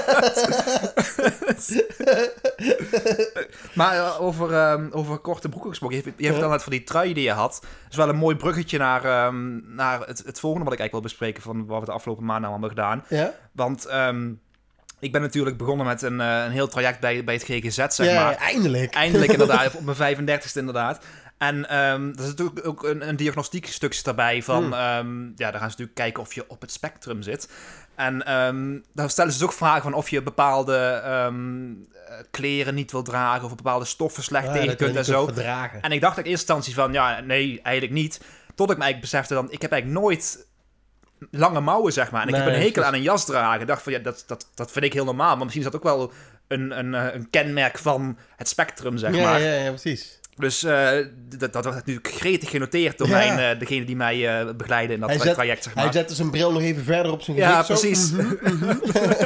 Maar uh, over, um, over korte broeken gesproken. Je, je hebt dan net van die trui die je had. Dat is wel een mooi bruggetje naar, um, naar het, het volgende wat ik eigenlijk wil bespreken... van wat we de afgelopen maanden allemaal hebben gedaan. Ja? Want... Um, ik ben natuurlijk begonnen met een, uh, een heel traject bij, bij het G G Z, zeg ja, maar. eindelijk. Eindelijk inderdaad, op mijn vijfendertigste inderdaad. En um, er is natuurlijk ook een, een diagnostiek stukje erbij van... Hmm. Um, ja, daar gaan ze natuurlijk kijken of je op het spectrum zit. En um, dan stellen ze dus ook vragen van of je bepaalde um, kleren niet wil dragen... of bepaalde stoffen slecht ja, tegen kunt en zo. Verdragen. En ik dacht in eerste instantie van, ja, nee, eigenlijk niet. Tot ik me eigenlijk besefte dan, ik heb eigenlijk nooit... lange mouwen, zeg maar. En ik nee, heb een hekel aan een jas dragen. Ik dacht van, ja, dat, dat, dat vind ik heel normaal. Maar misschien is dat ook wel een, een, een kenmerk van het spectrum, zeg ja, maar. Ja, ja, precies. Dus uh, dat, dat werd natuurlijk gretig genoteerd door ja. mijn, uh, degene die mij uh, begeleiden in dat hij tra- zet, traject, zeg maar. Hij zette zijn bril nog even verder op zijn gezicht. Ja, precies. Mm-hmm, mm-hmm.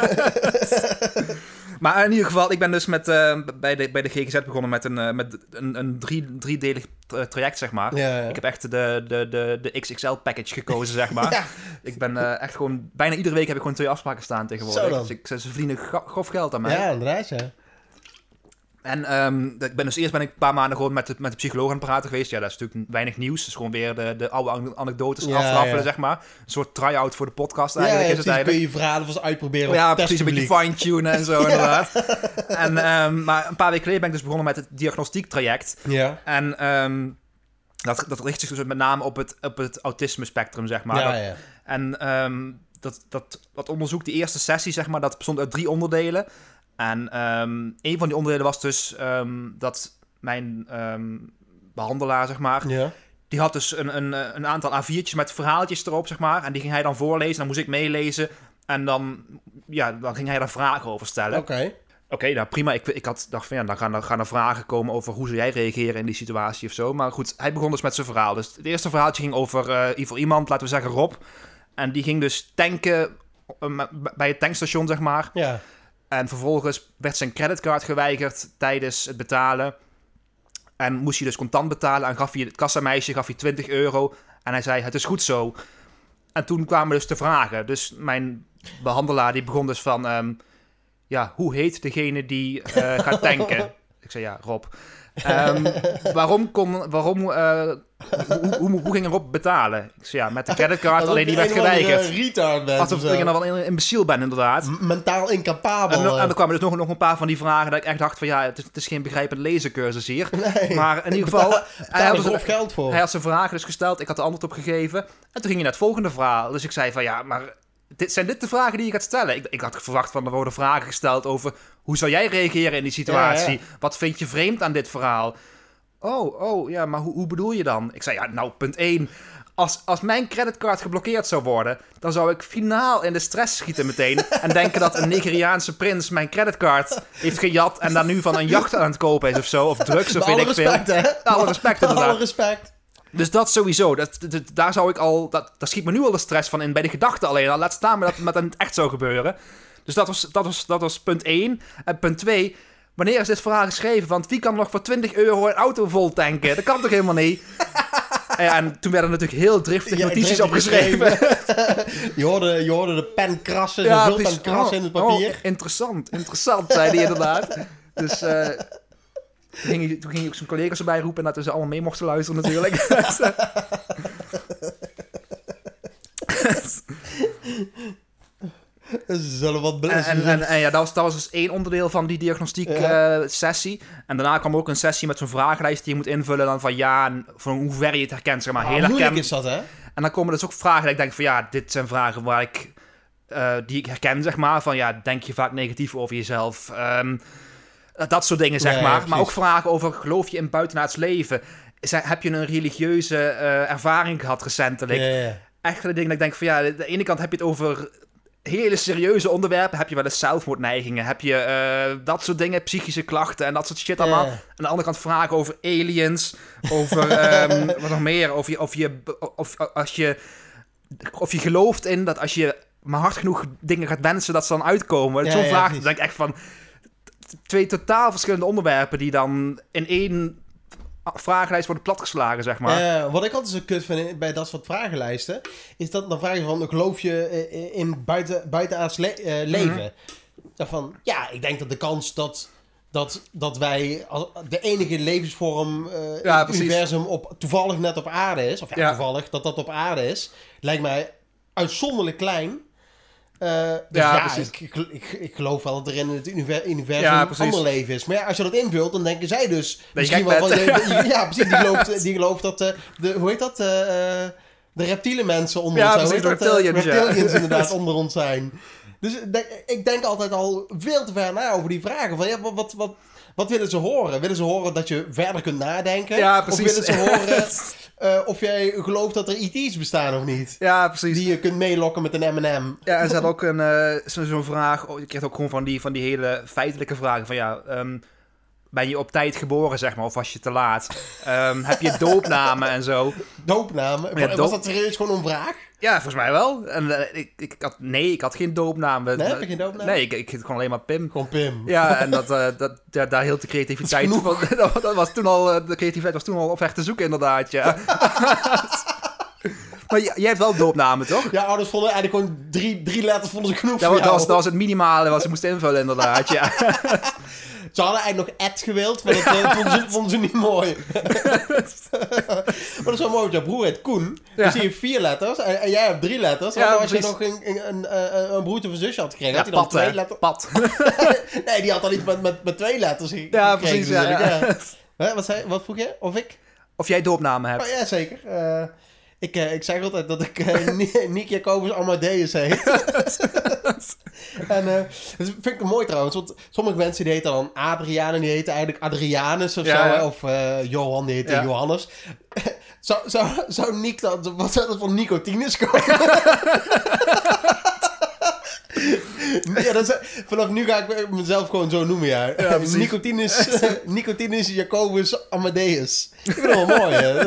Maar in ieder geval, ik ben dus met, uh, bij, de, bij de G G Z begonnen met een, uh, met een, een drie, driedelig traject, zeg maar. Ja, ja. Ik heb echt de, de, de, de X X L-package gekozen, zeg maar. Ja. Ik ben uh, echt gewoon... Bijna iedere week heb ik gewoon twee afspraken staan tegenwoordig. Dus ik, ze verdienen grof geld aan mij. Ja, inderdaad, ja. En um, ik ben dus eerst ben ik een paar maanden gewoon met de, met de psycholoog aan het praten geweest. Ja, dat is natuurlijk weinig nieuws. Het is gewoon weer de, de oude anekdotes ja, afraffelen, ja. zeg maar. Een soort try-out voor de podcast eigenlijk. Ja, ja is het kun je je verhalen van uitproberen. Ja, precies. Een beetje fine-tunen en zo, inderdaad. En, um, maar een paar weken geleden ben ik dus begonnen met het diagnostiektraject. Ja. En um, dat, dat richt zich dus met name op het, op het autisme-spectrum, zeg maar. Ja, dat, ja. En um, dat, dat, dat onderzoek, die eerste sessie, zeg maar, dat bestond uit drie onderdelen. En um, een van die onderdelen was dus um, dat mijn um, behandelaar, zeg maar... Ja. Die had dus een, een, een aantal A viertjes met verhaaltjes erop, zeg maar. En die ging hij dan voorlezen, dan moest ik meelezen. En dan, ja, dan ging hij daar vragen over stellen. Oké. Okay. Oké, okay, nou prima. Ik, ik had dacht van ja, dan gaan er, gaan er vragen komen over hoe zou jij reageren in die situatie of zo. Maar goed, hij begon dus met zijn verhaal. Dus het eerste verhaaltje ging over, uh, voor iemand, laten we zeggen Rob. En die ging dus tanken uh, bij het tankstation, zeg maar. Ja. En vervolgens werd zijn creditcard geweigerd tijdens het betalen. En moest hij dus contant betalen. En gaf hij het kassameisje gaf hij twintig euro. En hij zei, het is goed zo. En toen kwamen dus de vragen. Dus mijn behandelaar die begon dus van... Um, ja, hoe heet degene die uh, gaat tanken? Ik zei, ja, Rob. Um, waarom kon... Waarom, uh, hoe, hoe, hoe ging Rob betalen? Ik zei, ja, met de creditcard, alleen die werd geweigerd. Een retard bent. Alsof ik dan wel een imbeciel ben, inderdaad. M- mentaal incapabel. En, en er kwamen dus nog, nog een paar van die vragen dat ik echt dacht van, ja, het is, het is geen begrijpend lezencursus hier. Nee. Maar in ieder geval... Betaal, hij, had dus geld voor. hij had zijn vragen dus gesteld, ik had de antwoord op gegeven. En toen ging hij naar het volgende verhaal. Dus ik zei van, ja, maar... Dit, zijn dit de vragen die je gaat stellen? Ik, ik had verwacht van, er worden vragen gesteld over... hoe zou jij reageren in die situatie? Ja, ja. Wat vind je vreemd aan dit verhaal? Oh, oh, ja, maar hoe, hoe bedoel je dan? Ik zei, ja, nou, punt één. Als, als mijn creditcard geblokkeerd zou worden, dan zou ik finaal in de stress schieten meteen. En denken dat een Nigeriaanse prins mijn creditcard heeft gejat en daar nu van een jacht aan het kopen is of zo. Of drugs of weet ik veel. Alle respect, hè? Alle respect, inderdaad. Alle respect. Dus dat sowieso. Dat, dat, daar zou ik al... Dat, daar schiet me nu al de stress van in, bij de gedachte alleen. Laat staan maar dat met het echt zou gebeuren. Dus dat was, dat was, dat was punt één. En punt twee... Wanneer is dit verhaal geschreven? Want wie kan nog voor twintig euro een auto vol tanken? Dat kan toch helemaal niet? Ja, en toen werden natuurlijk heel driftig Ja, notities driftig opgeschreven. je, hoorde, je hoorde de pen krassen, Ja, de precies. vulpen krassen in het papier. Oh, interessant, interessant, zei hij inderdaad. Dus uh, toen, ging hij, toen ging hij ook zijn collega's erbij roepen... en dat ze allemaal mee mochten luisteren natuurlijk. Ze zullen wat En, en, en, en ja, dat was, dat was dus één onderdeel van die diagnostiek ja. uh, sessie. En daarna kwam ook een sessie met zo'n vragenlijst die je moet invullen. Dan van ja, van hoe ver je het herkent, zeg maar. Oh, heel herken... is dat, hè? En dan komen dus ook vragen dat ik denk van ja, dit zijn vragen waar ik, uh, die ik herken, zeg maar. Van ja, denk je vaak negatief over jezelf? Um, dat soort dingen, zeg ja, maar. Ja, maar ook vragen over, geloof je in buitenaards leven? Heb je een religieuze uh, ervaring gehad recentelijk? Ja, ja. Echt de dingen dat ik denk van ja, aan de ene kant heb je het over... hele serieuze onderwerpen. Heb je wel eens zelfmoordneigingen? Heb je uh, dat soort dingen, psychische klachten en dat soort shit allemaal? Yeah. Aan de andere kant vragen over aliens, over um, wat nog meer, of je, of je, of als je, of je gelooft in dat als je maar hard genoeg dingen gaat wensen dat ze dan uitkomen. Ja, Zo'n ja, vraag, precies. dan denk ik echt van twee totaal verschillende onderwerpen die dan in één vragenlijst worden platgeslagen, zeg maar. Uh, wat ik altijd zo kut vind bij dat soort vragenlijsten, is dat dan vraag je van, geloof je in buiten, buitenaards le- uh, leven? Mm-hmm. Dan van, ja, ik denk dat de kans dat, dat, dat wij de enige levensvorm uh, ja, in het universum op, toevallig net op aarde is, of ja, ja. toevallig dat dat op aarde is, lijkt mij uitzonderlijk klein. Uh, dus ja, ja, ik, ik, ik, ik geloof wel dat er in het universum ja, een ander leven is. Maar ja, als je dat invult, dan denken zij dus... Dat misschien wel van, ja, ja, precies. Die gelooft, die gelooft dat... Uh, de, hoe heet dat? Uh, de reptiele mensen onder ja, ons zijn. Ja, precies. Reptilians, uh, reptilians ja. inderdaad onder ons zijn. Dus de, ik denk altijd al veel te ver na over die vragen. Van, ja, wat, wat, wat, wat willen ze horen? Willen ze horen dat je verder kunt nadenken? Ja, precies. Of willen ze horen... Uh, of jij gelooft dat er E T's bestaan of niet. Ja, precies. Die je kunt meelokken met een M en M. Ja, en ze had ook een, uh, zo, zo'n vraag... Oh, je krijgt ook gewoon van die, van die hele feitelijke vragen. Van ja, um, ben je op tijd geboren, zeg maar? Of was je te laat? Um, heb je doopnamen en zo? Doopnamen? Ja, was doop... dat serieus gewoon een vraag? Ja, volgens mij wel. En, uh, ik, ik had, nee, ik had geen doopnaam. Nee, heb je geen doopnaam? Nee, ik, ik gewoon alleen maar Pim. Gewoon Pim. Ja, en dat, uh, dat, ja, daar hield de creativiteit van. Dat, dat was toen al, de creativiteit was toen al op weg te zoeken, inderdaad, ja. Maar jij hebt wel doopnamen, toch? Ja, ouders vonden eigenlijk gewoon drie, drie letters vonden ze genoeg ja, voor dat jou. was, dat was het minimale wat ze moesten invullen, inderdaad, ja. Ze hadden eigenlijk nog Ed gewild, maar dat uh, vonden, ze, vonden ze niet mooi. Maar dat is wel mooi, want jouw broer heet Koen. Ja. Dus die heeft vier letters en, en jij hebt drie letters. Ja, als je nog een, een, een, een broertje of een zusje had gekregen, ja, had hij dan Pat, twee hè? letters. Pat. Nee, die had dan iets met, met, met twee letters gekregen. Ja, precies, ja. ja. ja. Wat, zei, wat vroeg je? Of ik? Of jij doopnamen hebt. Oh, ja, zeker. Uh, Ik, uh, ik zeg altijd dat ik uh, Nick Jacobus Amadeus heet. En uh, dat vind ik mooi trouwens. Want sommige mensen die heten dan Adriaan en die heten eigenlijk Adrianus of ja, zo. Ja. Of uh, Johan, die heet ja. Johannes. zou, zou, zou Nick dan... Wat zou dat van Nicotinus komen? Ja, dat is, vanaf nu ga ik mezelf gewoon zo noemen, ja. ja Nicotinus, Nicotinus Jacobus Amadeus. Ik vind dat wel mooi, hè.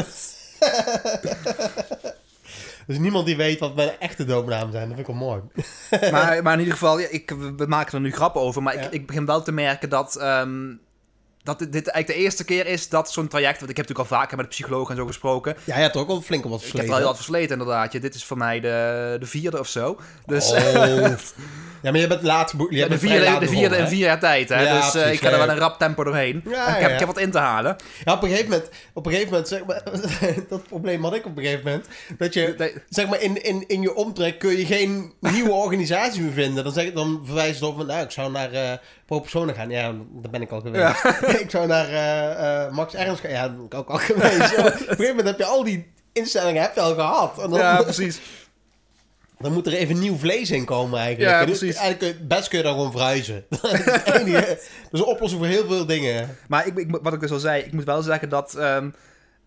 Dus niemand die weet wat mijn echte doopnamen zijn. Dat vind ik wel mooi. maar, maar in ieder geval, ja, ik, we maken er nu grappen over. Maar ja. ik, ik begin wel te merken dat... Um, dat dit eigenlijk de eerste keer is dat zo'n traject... Want ik heb natuurlijk al vaker met de psycholoog en zo gesproken. Ja, je hebt ook al flink wat versleten. Ik heb wel heel wat versleten, inderdaad. Ja, dit is voor mij de, de vierde of zo. Dus, oh. Ja, maar je bent laat... Je ja, de vierde, de vierde in vier jaar tijd, hè. Ja, dus precies, uh, ik ga er wel een rap tempo doorheen. Ja, ik, heb, ja, ja. ik heb wat in te halen. Ja, op een gegeven moment... Op een gegeven moment zeg maar, dat probleem had ik op een gegeven moment. Dat je... Nee. Zeg maar, in, in, in je omtrek kun je geen nieuwe organisatie meer vinden. Dan, zeg, dan verwijs je op van... Nou, ik zou naar... Uh, Pro-personen gaan. Ja, daar ben ik al geweest. Ja. Ik zou naar uh, uh, Max Ernst gaan. Ja, daar ben ik ook al geweest. Op een gegeven moment heb je al die instellingen heb je al gehad. En dan, ja, precies. Dan moet er even nieuw vlees in komen eigenlijk. Ja, precies. Eigenlijk best kun je dan gewoon verhuizen. Dat is het enige. Dat is een oplossing voor heel veel dingen. Maar ik, ik, wat ik dus al zei, ik moet wel zeggen dat... Um,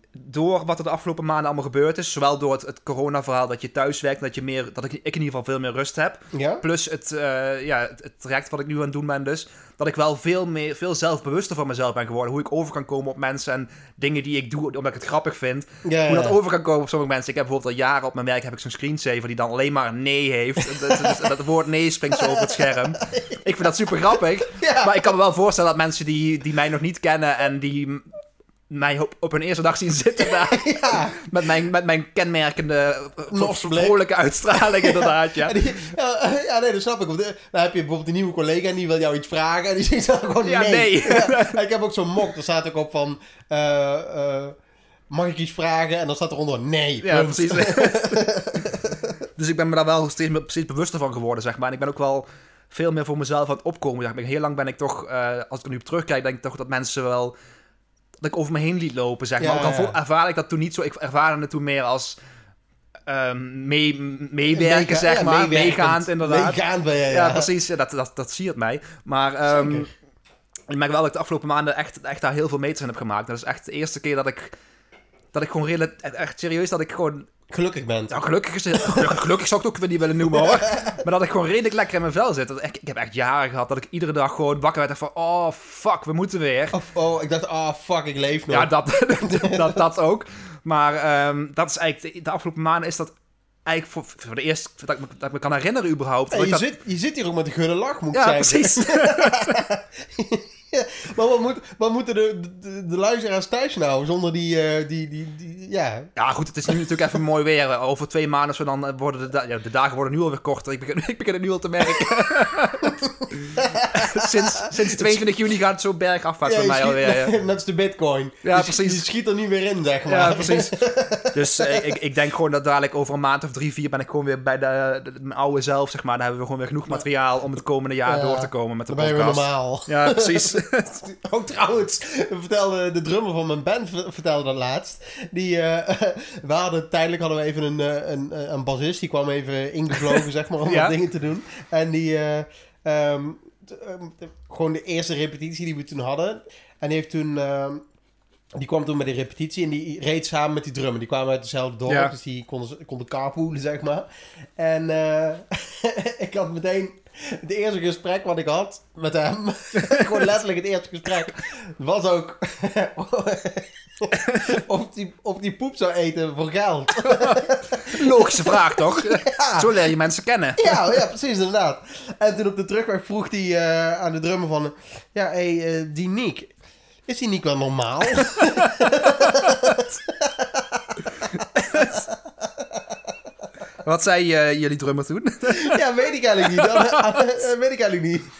door wat er de afgelopen maanden allemaal gebeurd is, zowel door het, het corona-verhaal dat je thuis werkt, dat je meer, dat ik, ik in ieder geval veel meer rust heb, Ja? plus het, uh, ja, het, het traject wat ik nu aan het doen ben dus, dat ik wel veel, meer, veel zelfbewuster van mezelf ben geworden, hoe ik over kan komen op mensen en dingen die ik doe omdat ik het grappig vind, Ja, hoe ja. dat over kan komen op sommige mensen. Ik heb bijvoorbeeld al jaren op mijn werk heb ik zo'n screensaver die dan alleen maar een nee heeft. dat, dat, dat woord nee springt zo over het scherm. Ik vind dat super grappig, Ja. maar ik kan me wel voorstellen dat mensen die, die mij nog niet kennen en die mij op, op hun eerste dag zien zitten daar. Ja. Met mijn, met mijn kenmerkende Norse blik. vrolijke uitstraling inderdaad, ja. En die- ja, ja, nee, dat snap ik. Want, eh, dan heb je bijvoorbeeld een nieuwe collega en die wil jou iets vragen en die zegt dan gewoon Ja, nee. nee. Ja, ik heb ook zo'n mok, daar staat ook op van... eh, eh, mag ik iets vragen? En dan staat eronder nee. Ja, punt. precies. Dus ik ben me daar wel steeds, steeds bewuster van geworden, zeg maar. En ik ben ook wel veel meer voor mezelf aan het opkomen. Zeg maar. Heel lang ben ik toch, uh, als ik er nu op terugkijk, denk ik toch dat mensen wel... dat ik over me heen liet lopen, zeg maar. Ja, ook al ja. vo- ervaarde ik dat toen niet zo. Ik ervaarde het toen meer als um, mee, meewerken, Meega- zeg ja, maar. meewerkend. Meegaand, inderdaad. Meegaand ben je, ja. Ja, precies. Ja, dat, dat, dat zie je het mij. Maar um, Zeker. ik merk wel dat ik de afgelopen maanden echt, echt daar heel veel meters in heb gemaakt. Dat is echt de eerste keer dat ik... dat ik gewoon redelijk... echt serieus, dat ik gewoon... Gelukkig bent. Nou, gelukkig, is het, gelukkig, gelukkig zou ik het ook weer niet willen noemen, hoor. Maar dat ik gewoon redelijk lekker in mijn vel zit. Dat ik, ik heb echt jaren gehad dat ik iedere dag gewoon wakker werd en van... oh, fuck, we moeten weer. Of, oh, ik dacht, ah, fuck, ik leef nog. Ja, dat, dat, dat ook. Maar um, dat is eigenlijk... De, de afgelopen maanden is dat eigenlijk voor, voor de eerste... Dat ik, me, dat ik me kan herinneren überhaupt. Hey, dat je, ik dat, zit, je zit hier ook met een gulle lach, moet ik ja, zeggen. precies. Ja, maar wat, moet, wat moeten de, de, de luisteraars thuis nou zonder die, uh, die, die, die... Ja, Ja, goed, het is nu natuurlijk even mooi weer. Over twee maanden zo dan worden de, da- ja, de dagen worden nu alweer korter. Ik begin, ik begin het nu al te merken. sinds, sinds tweeëntwintig juni gaat het zo bergafwaarts ja, bij mij je alweer. schiet- Ja. Dat is de bitcoin. Ja, je, precies. Je schiet er niet weer in, zeg maar. Ja, precies. Dus uh, ik, ik denk gewoon dat dadelijk over een maand of drie, vier ben ik gewoon weer bij de, de, mijn oude zelf, zeg maar. Dan hebben we gewoon weer genoeg materiaal om het komende jaar Ja, door te komen met de Dan ben je weer podcast. normaal. Ja, precies. Ook trouwens, vertelde de drummer van mijn band ver- vertelde dat laatst. Die, uh, we hadden, tijdelijk hadden we even een, uh, een, een bassist. Die kwam even ingevlogen, zeg maar, om Ja. wat dingen te doen. En die, uh, um, t- um, t- gewoon de eerste repetitie die we toen hadden. En die heeft toen... Um, Die kwam toen met die repetitie en die reed samen met die drummer. Die kwamen uit dezelfde dorp, Ja. dus die konden, konden carpoolen, zeg maar. En uh, ik had meteen het eerste gesprek wat ik had met hem. Gewoon letterlijk het eerste gesprek. Was ook of die, of die poep zou eten voor geld. Logische vraag, toch? Ja. Zo leer je mensen kennen. Ja, ja, precies, inderdaad. En toen op de terugweg vroeg hij uh, aan de drummer van... Ja, hé, hey, uh, die Nick... Is die niet wel normaal? Wat zei uh, jullie drummer toen? Ja, weet ik eigenlijk niet. Dat, uh, weet ik eigenlijk niet.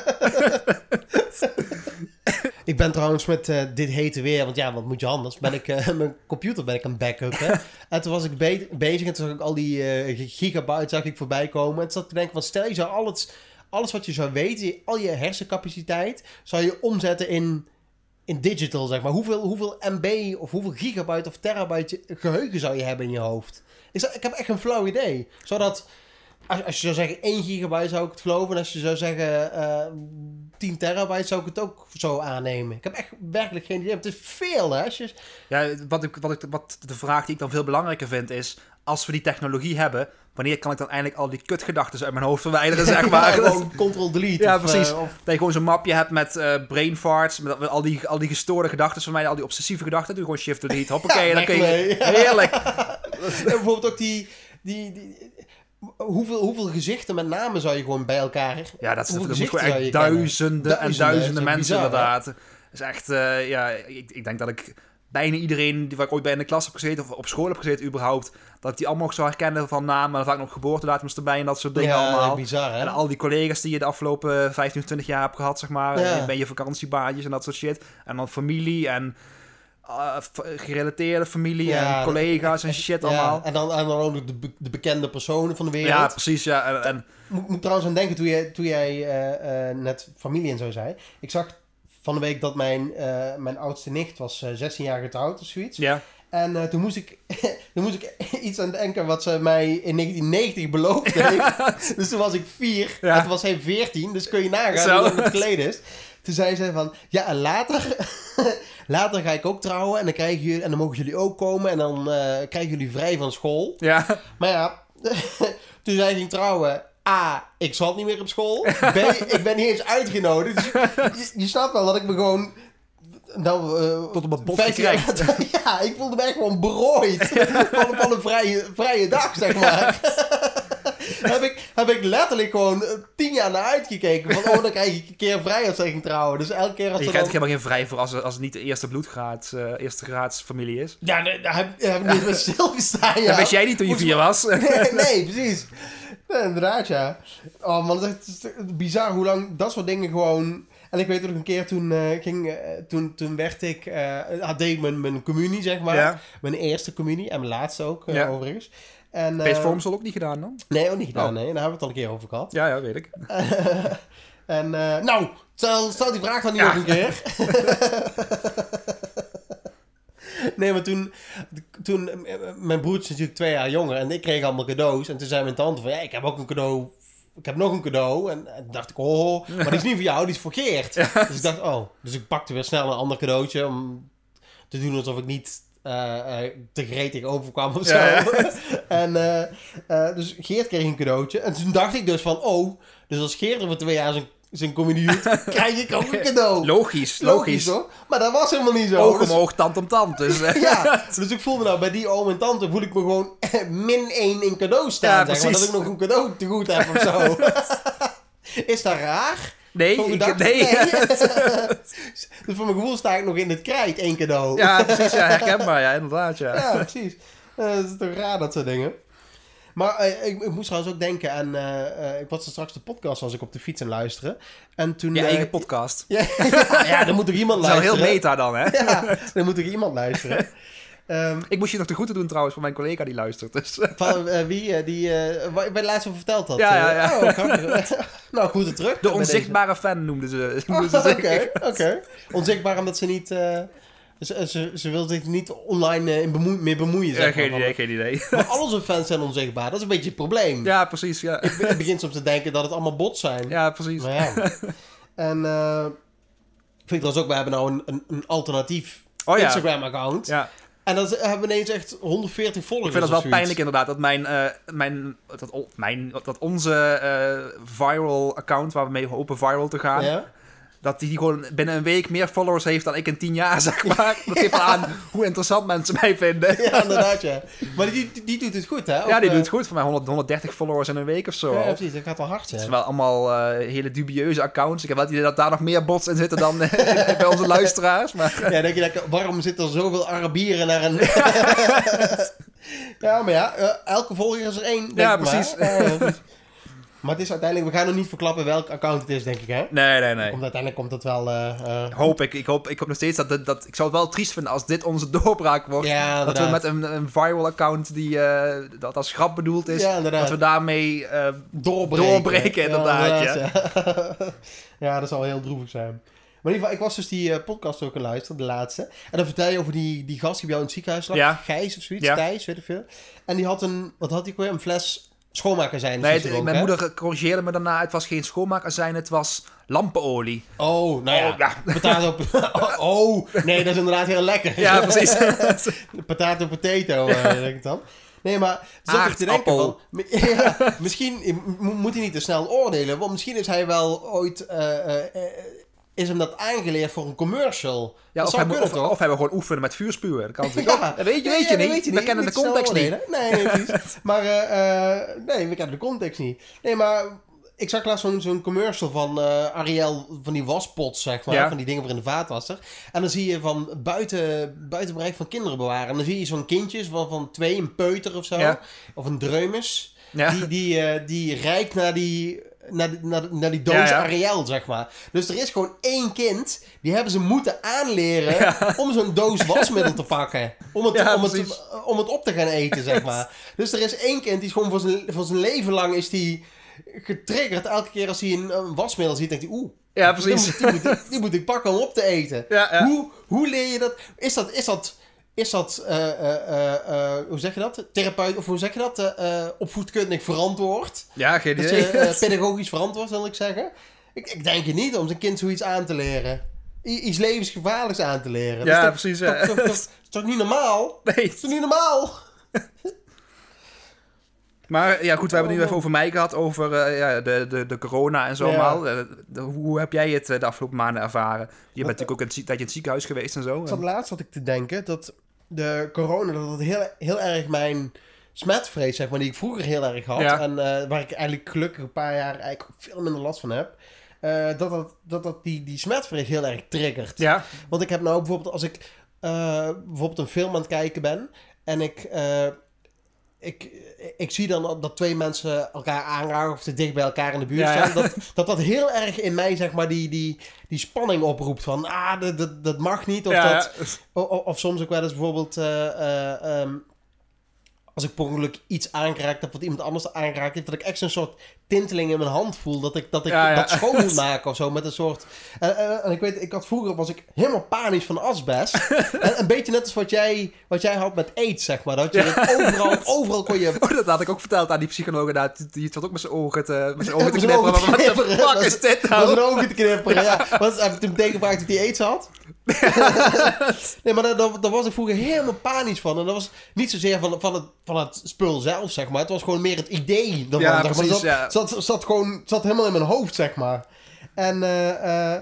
Ik ben trouwens met uh, dit hete weer, want ja, wat moet je anders? Ben ik, uh, mijn computer ben ik aan het backuppen. En toen was ik be- bezig en toen zag ik al die uh, gigabytes zag ik voorbij komen. En toen zat ik te denken, van stel je zou alles, alles wat je zou weten, al je hersencapaciteit, zou je omzetten in... in digital, zeg maar. Hoeveel, hoeveel M B of hoeveel gigabyte of terabyte geheugen zou je hebben in je hoofd? Ik, zou, ik heb echt een flauw idee. Zodat, als, als je zou zeggen één gigabyte zou ik het geloven. En als je zou zeggen uh, tien terabyte zou ik het ook zo aannemen. Ik heb echt werkelijk geen idee. Het is veel, hè? Als je... Ja, wat, ik, wat, ik, wat de vraag die ik dan veel belangrijker vind is... als we die technologie hebben... wanneer kan ik dan eindelijk al die kutgedachten uit mijn hoofd verwijderen, zeg maar. Ja, gewoon control-delete. Ja, of, precies. Uh, of... Dat je gewoon zo'n mapje hebt met uh, brain farts, met, met al, die, al die gestoorde gedachten van mij, al die obsessieve gedachten. Doe gewoon shift-delete, hoppakee, Ja, dan kun je... mee. Heerlijk! En bijvoorbeeld ook die... die, die hoeveel, hoeveel gezichten met namen zou je gewoon bij elkaar... Ja, dat, is, dat moet gezichten gewoon zou je echt duizenden, kennen? en Duizenden, duizenden dat is mensen bizar, inderdaad. Dat is echt, uh, ja, ik, ik denk dat ik bijna iedereen die waar ik ooit bij in de klas heb gezeten of op school heb gezeten überhaupt, dat ik die allemaal nog zou herkennen van namen, en vaak nog geboortedatums erbij en dat soort dingen ja, allemaal. Bizar, hè? En al die collega's die je de afgelopen vijftien of twintig jaar hebt gehad, zeg maar, Ja. ben je vakantiebaantjes en dat soort shit. En dan familie en uh, gerelateerde familie Ja, en collega's en shit ja, allemaal. En dan, en dan ook nog de, be- de bekende personen van de wereld. Ja, precies, ja. En, en Moet, moet trouwens aan denken, toen jij, toen jij uh, uh, net familie en zo zei. Ik zag van de week dat mijn, uh, mijn oudste nicht was uh, zestien jaar getrouwd of zoiets. ja. En uh, toen, moest ik, toen moest ik iets aan denken wat ze mij in negentien negentig beloofd heeft. Dus toen was ik vier Ja. en toen was hij veertien. Dus kun je nagaan Zo. hoe lang het geleden is. toen zei ze van, ja, en later, later ga ik ook trouwen en dan, krijgen jullie, en dan mogen jullie ook komen en dan uh, krijgen jullie vrij van school. Ja. Maar ja, toen zij ging trouwen, A, ik zat niet meer op school. B, ik ben niet eens uitgenodigd. Dus je, je snapt wel dat ik me gewoon... Nou, uh, tot op het bot vijftien jaar, ja, ik voelde me echt gewoon berooid van, van een vrije, vrije dag, zeg maar. heb, ik, heb ik letterlijk gewoon tien jaar naar uitgekeken. Van, oh, dan krijg ik een keer vrij als ik ging trouwen. Dus elke keer als je je krijgt dan... helemaal geen vrij voor als, als het niet de eerste bloedgraad, uh, eerste graads familie is. Ja, nee, daar heb, daar heb ik niet met stilgestaan, ja. Dat wist jij niet toen je vier was. nee, nee, precies. Nee, inderdaad, ja. Oh man, het is echt bizar hoe lang dat soort dingen gewoon... En ik weet nog een keer toen uh, ging... Uh, toen, toen werd ik... Uh, had ik mijn, mijn communie, zeg maar. Ja. Mijn eerste communie. En mijn laatste ook, uh, ja. overigens. En, uh, Vormsel ook niet gedaan dan? Nee, ook niet gedaan, oh. nee. Daar hebben we het al een keer over gehad. Ja, ja, weet ik. en uh, nou, stel, stel die vraag dan niet ja. nog een keer. Nee, maar toen, toen... Mijn broertje is natuurlijk twee jaar jonger. En ik kreeg allemaal cadeaus. En toen zei mijn tante van... Ja, ik heb ook een cadeau... Ik heb nog een cadeau. En, en toen dacht ik... Oh, maar die is niet voor jou. Die is voor Geert. Ja. Dus ik dacht... Oh. Dus ik pakte weer snel een ander cadeautje. Om te doen alsof ik niet... Uh, uh, te gretig overkwam of zo. Ja, ja. en uh, uh, dus Geert kreeg een cadeautje. En toen dacht ik dus van... Oh, dus als Geert over twee jaar zijn, zijn communie doet... krijg ik ook een cadeau. Logisch, logisch. Logisch hoor. Maar dat was helemaal niet zo. Oog om oog, tand om tand. Dus. ja, dus ik voelde nou bij die oom en tante... voel ik me gewoon min één in cadeau staan. Ja, zeg maar, dat ik nog een cadeau te goed heb of zo. Is dat raar? Nee, ik, nee. nee. Dus voor mijn gevoel sta ik nog in het krijt, één cadeau. Ja, precies. Ja, herkenbaar. Ja, inderdaad. Ja, ja precies. Uh, dat is toch raar, dat soort dingen. Maar uh, ik, ik moest trouwens ook denken aan... Uh, uh, ik was er straks de podcast was ik op de fiets aan luisteren. En toen... Je uh, eigen podcast. ja, ja, ja, dan moet er iemand luisteren. Dat is wel heel meta dan, hè? Ja, dan moet er iemand luisteren. Um, ik moest je nog de groeten doen trouwens voor mijn collega die luistert. Dus. Van uh, wie? Uh, die uh, waar ik laatst over verteld had. Ja, ja, ja. Uh, oh, nou, groeten terug. De onzichtbare fan noemden ze. Oké, oké. Okay, okay. Onzichtbaar omdat ze niet... Uh, ze, ze, ze wil zich niet online uh, in bemoe- meer bemoeien. Zeg ja, geen maar, idee, geen idee. Maar al onze fans zijn onzichtbaar. Dat is een beetje het probleem. Ja, precies. Ja. Ik, ik begin soms te denken dat het allemaal bots zijn. Ja, precies. Maar ja. En uh, vind ik trouwens ook... We hebben nou een, een, een alternatief oh, ja. Instagram-account. Ja. En dan hebben we ineens echt honderdveertig volgers. Ik vind dat wel pijnlijk inderdaad. Dat mijn, uh, mijn, dat, mijn, dat onze uh, viral account, waar we mee hopen viral te gaan... Ja? Dat die gewoon binnen een week meer followers heeft dan ik in tien jaar, zeg maar. Dat geeft ja. aan hoe interessant mensen mij vinden. Ja, inderdaad, ja. Maar die, die, die doet het goed, hè? Of, ja, die doet het goed. Voor mij honderd, honderddertig followers in een week of zo. Ja, precies. Dat gaat wel hard, hè? Het zijn wel allemaal uh, hele dubieuze accounts. Ik heb wel het idee dat daar nog meer bots in zitten dan bij onze luisteraars. Maar... Ja, denk je dat, waarom zitten er zoveel Arabieren naar een... Ja, maar ja, uh, elke volger is er één. Ja, precies. Maar. Uh, Maar het is uiteindelijk... We gaan nog niet verklappen welk account het is, denk ik, hè? Nee, nee, nee. Komt, uiteindelijk komt het wel... Uh, uh... Hoop ik. Ik hoop, ik hoop nog steeds dat, dat, dat... Ik zou het wel triest vinden als dit onze doorbraak wordt. Ja, dat we met een, een viral account die... Uh, dat als grap bedoeld is... Ja, dat we daarmee uh, doorbreken. doorbreken. Inderdaad, ja. Inderdaad, ja. Ja. Ja, dat zal heel droevig zijn. Maar in ieder geval, ik was dus die uh, podcast ook aan luisteren, de laatste. En dan vertel je over die, die gast die bij jou in het ziekenhuis lag. Ja. Gijs of zoiets, ja. Thijs, weet ik veel. En die had een... Wat had hij weer? Een fles... schoonmaakazijn. Nee, het, mijn hè? moeder corrigeerde me daarna. Het was geen schoonmaakazijn, het was lampenolie. Oh, nou ja. Oh, ja. Potato... Oh, nee, dat is inderdaad heel lekker. Ja, precies. Potato potato, uh, denk ik dan. Nee, maar zat ik te denken van... Ja, misschien moet hij niet te snel oordelen. Want misschien is hij wel ooit... Uh, uh, uh, is hem dat aangeleerd voor een commercial. Ja, dat of, hij kunnen, of, of hij wil gewoon oefenen met vuurspuwen. Dat kan natuurlijk ja. ook. Dat weet je, weet je ja, niet. Weet je we niet. kennen de context niet. Nee, nee, precies. Maar, uh, uh, nee, we kennen de context niet. Nee, maar ik zag laatst zo'n, zo'n commercial van uh, Ariel, van die waspots, zeg maar. Ja. Van die dingen voor in de vaatwasser. En dan zie je van buiten, buiten bereik van kinderen bewaren. En dan zie je zo'n kindjes van, van twee, een peuter of zo. Ja. Of een dreumes. Ja. Die, die, uh, die rijdt naar die... Naar, naar, naar die doos ja, ja. Ariel, zeg maar. Dus er is gewoon één kind... Die hebben ze moeten aanleren... Ja. Om zo'n doos wasmiddel te pakken. Om het, ja, om, het, om het op te gaan eten, zeg maar. Dus er is één kind... Die is gewoon voor zijn, voor zijn leven lang... Is die getriggerd. Elke keer als hij een, een wasmiddel ziet... Denkt hij... Oeh. Ja, precies. Die moet, die, moet, die moet ik pakken om op te eten. Ja, ja. Hoe, hoe leer je dat? Is dat... Is dat Is dat, uh, uh, uh, hoe zeg je dat? Therapeut, of hoe zeg je dat? Uh, opvoedkundig verantwoord. Ja, geen idee. Dat je uh, pedagogisch verantwoord, wil ik zeggen. Ik, ik denk het niet om zijn kind zoiets aan te leren. I- iets levensgevaarlijks aan te leren. Ja, dat precies. Dat is toch, toch, toch, toch niet normaal? Nee. Dat is toch niet normaal? Maar ja, goed, we hebben het nu even over mij gehad, over uh, ja, de, de, de corona en zo Ja. allemaal. Uh, de, hoe heb jij het uh, de afgelopen maanden ervaren? Je bent natuurlijk ook een tijdje in het ziekenhuis geweest en zo. Ik zat laatst had ik te denken dat de corona, dat het heel, heel erg mijn smetvrees, zeg maar, die ik vroeger heel erg had. Ja. En uh, waar ik eigenlijk gelukkig een paar jaar eigenlijk veel minder last van heb. Uh, dat dat, dat, dat die, die smetvrees heel erg triggert. Ja. Want ik heb nou bijvoorbeeld, als ik uh, bijvoorbeeld een film aan het kijken ben en ik... Uh, Ik, ik zie dan dat twee mensen elkaar aanraken of te dicht bij elkaar in de buurt ja, staan. ja. Dat, dat dat heel erg in mij, zeg maar, die, die, die spanning oproept van, ah, dat, dat, dat mag niet. Of, ja, dat, ja. of, of soms ook wel eens bijvoorbeeld, uh, uh, um, als ik per ongeluk iets aangeraakt heb wat iemand anders aangeraakt heeft, dat ik echt zo'n soort tinteling in mijn hand voel. Dat ik dat, ik ja, ja. dat schoon moet maken of zo. Met een soort... Uh, uh, en ik weet, ik had vroeger was ik helemaal panisch van asbest. En een beetje net als wat jij, wat jij had met aids, zeg maar. Dat je Ja. het overal, overal kon je... Oh, dat had ik ook verteld aan die psycholoog. Nou, die zat ook met zijn ogen te, met zijn ogen te Met zijn knipperen. ogen te Wat de knipperen. fuck is dit Met nou? zijn ogen te knipperen, ja. Want heb ik toen meteen gevraagd of hij aids had. Nee, maar daar, daar, daar was ik vroeger helemaal panisch van. En dat was niet zozeer van, van, het, van het spul zelf, zeg maar. Het was gewoon meer het idee daarvan. Ja, zeg maar. precies, zat, ja. zat, zat gewoon zat helemaal in mijn hoofd, zeg maar. En uh, uh,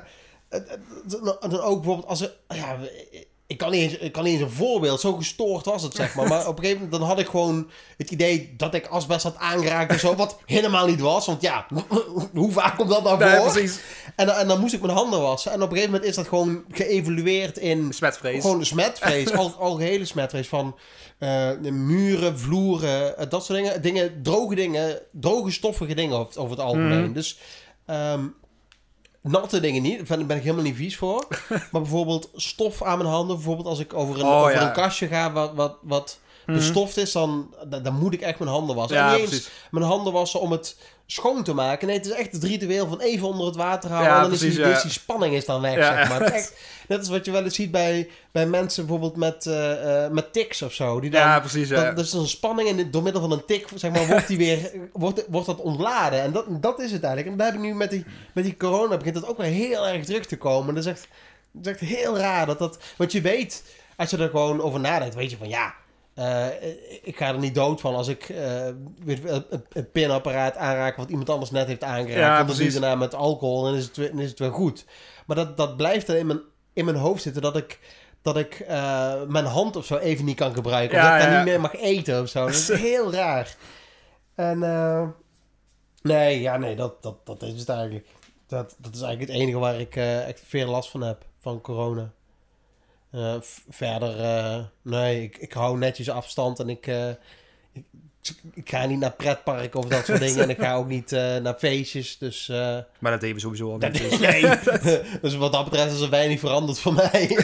dan ook bijvoorbeeld als er... Ja, ik kan, niet eens, ik kan niet eens een voorbeeld, zo gestoord was het, zeg maar. Maar op een gegeven moment dan had ik gewoon het idee dat ik asbest had aangeraakt en zo. Wat helemaal niet was, want ja, hoe vaak komt dat nou voor? Nee, precies. En, en dan moest ik mijn handen wassen. En op een gegeven moment is dat gewoon geëvolueerd in... Smetvrees. Gewoon een smetvrees, al, algehele smetvrees van uh, muren, vloeren, uh, dat soort dingen. Dingen, droge dingen, droge stoffige dingen over, over het algemeen. Mm. Dus... Um, natte dingen niet, daar ben ik helemaal niet vies voor. Maar bijvoorbeeld stof aan mijn handen. Bijvoorbeeld als ik over een, oh, over ja. een kastje ga wat, wat, wat mm-hmm. bestoft is, dan, dan, dan moet ik echt mijn handen wassen. Ja, en niet eens precies. mijn handen wassen om het schoon te maken. Nee, het is echt het ritueel van even onder het water houden. Ja, en dan precies, is, die, ja. is die spanning is dan weg, Ja, zeg maar. ja. Het is echt, net als wat je wel eens ziet bij, bij mensen bijvoorbeeld met, uh, uh, met tics of zo. Die dan, ja, precies. Ja. dan, dus een spanning en door middel van een tik, zeg maar, wordt die weer wordt, wordt dat ontladen. En dat, dat is het eigenlijk. En daar heb ik nu met die, met die corona begint dat ook wel heel erg terug te komen. Dat is echt, dat is echt heel raar. Dat dat, want je weet, als je er gewoon over nadenkt, weet je van ja, uh, ik ga er niet dood van als ik uh, weet, een, een pinapparaat aanraak wat iemand anders net heeft aangeraakt. Ja, want dan doe je precies. daarna met alcohol en dan is het, dan is het weer goed. Maar dat, dat blijft er in mijn, in mijn hoofd zitten dat ik... dat ik uh, mijn hand of zo even niet kan gebruiken. Of Ja, dat ik ja. daar niet meer mag eten of zo. Dat is heel raar. En uh, nee, ja, nee, dat, dat, dat is het eigenlijk. Dat, dat is eigenlijk het enige waar ik uh, echt veel last van heb, van corona. Uh, f- verder, uh, nee, ik, ik hou netjes afstand en ik, uh, ik, ik ga niet naar pretparken of dat soort dingen. En ik ga ook niet uh, naar feestjes, dus... Uh, maar dat deden we sowieso al dat, niet. Dus. nee, dus wat dat betreft is er weinig veranderd voor mij.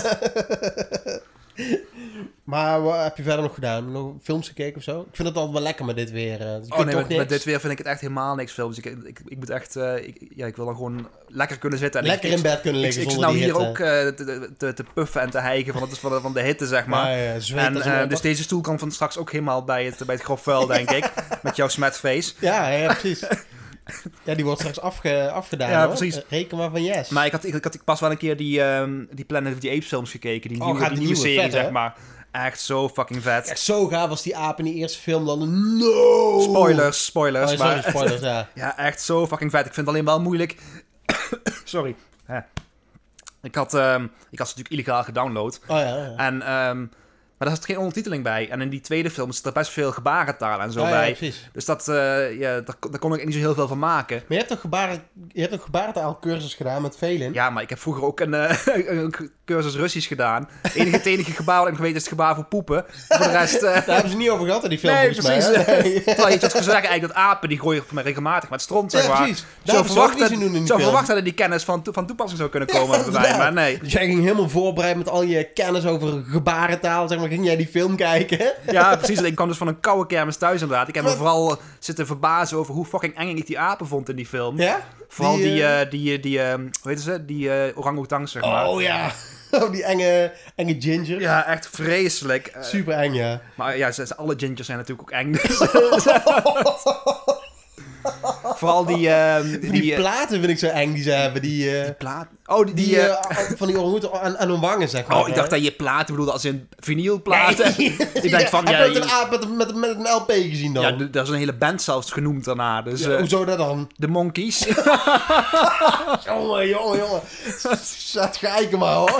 Maar wat heb je verder nog gedaan? Nog films gekeken of zo? Ik vind het altijd wel lekker met dit weer. Dus ik Oh nee, toch met, niks. met dit weer vind ik het echt helemaal niks films. Ik, ik, ik moet echt, uh, ik, ja, ik wil dan gewoon lekker kunnen zitten. En lekker ik, in bed kunnen liggen ik, ik, zonder ik die nou hitte. hier ook uh, te, te, te puffen en te hijgen van, het, van, de, van de hitte, zeg maar. Ja, ja, zweet en, als een uh, wat- dus deze stoel kan van straks ook helemaal bij het, bij het grof vuil, denk ik. Met jouw smetface. Ja, ja, precies. Ja, die wordt straks afge, afgedaan, Ja, hoor. precies. Uh, Reken maar van yes. Maar ik had, ik, ik had pas wel een keer die, um, die Planet of the Apes films gekeken. Die Oh, nieuwe, gaat die die nieuwe nieuwe, serie, vet, hè? zeg maar. Echt zo fucking vet. Echt zo gaaf was die aap in die eerste film dan. No! Spoilers, spoilers. Oh, sorry, maar, spoilers, ja. ja, echt zo fucking vet. Ik vind het alleen wel moeilijk. Sorry. Hè. Ik had, um, ik had ze natuurlijk illegaal gedownload. Oh ja, ja. En, um, maar daar zat geen ondertiteling bij. En in die tweede film zit er best veel gebarentaal en zo Oh, ja, bij. precies. Dus dat, uh, ja, daar, daar kon ik niet zo heel veel van maken. Maar je hebt toch gebaren, je hebt toch gebarentaalcursus gedaan met velen? Ja, maar ik heb vroeger ook een, uh, een cursus Russisch gedaan. Het enige, het enige gebaar wat ik geweten is het gebaar voor poepen. Voor de rest... Uh... Daar hebben ze niet over gehad in die film, Nee, volgens precies. mij. hè? Nee. Terwijl je had gezegd eigenlijk dat apen, die gooien voor mij regelmatig met stront, zeg Ja, maar. precies. Zo Daarom zou ik verwacht, niet dat, zien doen in die zo film. verwacht dat die kennis van, toe, van toepassing zou kunnen komen Ja, bij mij, maar nee. Dus jij ging helemaal voorbereid met al je kennis over gebarentaal, zeg maar. Ging jij die film kijken? Ja, precies. Ik kwam dus van een koude kermis thuis inderdaad. Ik heb me vooral zitten verbazen over hoe fucking eng ik die apen vond in die film. Ja? Vooral die, Die, uh, die, uh, die uh, hoe heet ze? Die uh, orang-oetangs, zeg maar. Oh ja. Oh, die enge, enge ginger. Ja, echt vreselijk. Uh, Super eng, ja. maar ja, ze, ze- alle gingers zijn natuurlijk ook eng. Dus Vooral die... Uh, die, die platen vind ik zo eng die ze hebben. Die, uh, die platen? Oh, die... die die uh, uh, van die orang-oetan aan, aan hun wangen, zeg maar. Oh, ik dacht dat je platen bedoelde als in vinylplaten. Nee. Ik denk van... Heb Ja, je ooit een aap met, met, met een L P gezien dan? Ja, daar is een hele band zelfs genoemd daarna. Dus, ja, uh, hoezo dat dan? De Monkeys. jongen, jongen, jongen. Zet kijken maar, hoor.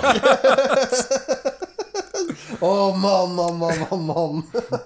Oh, man, man, man, man, man.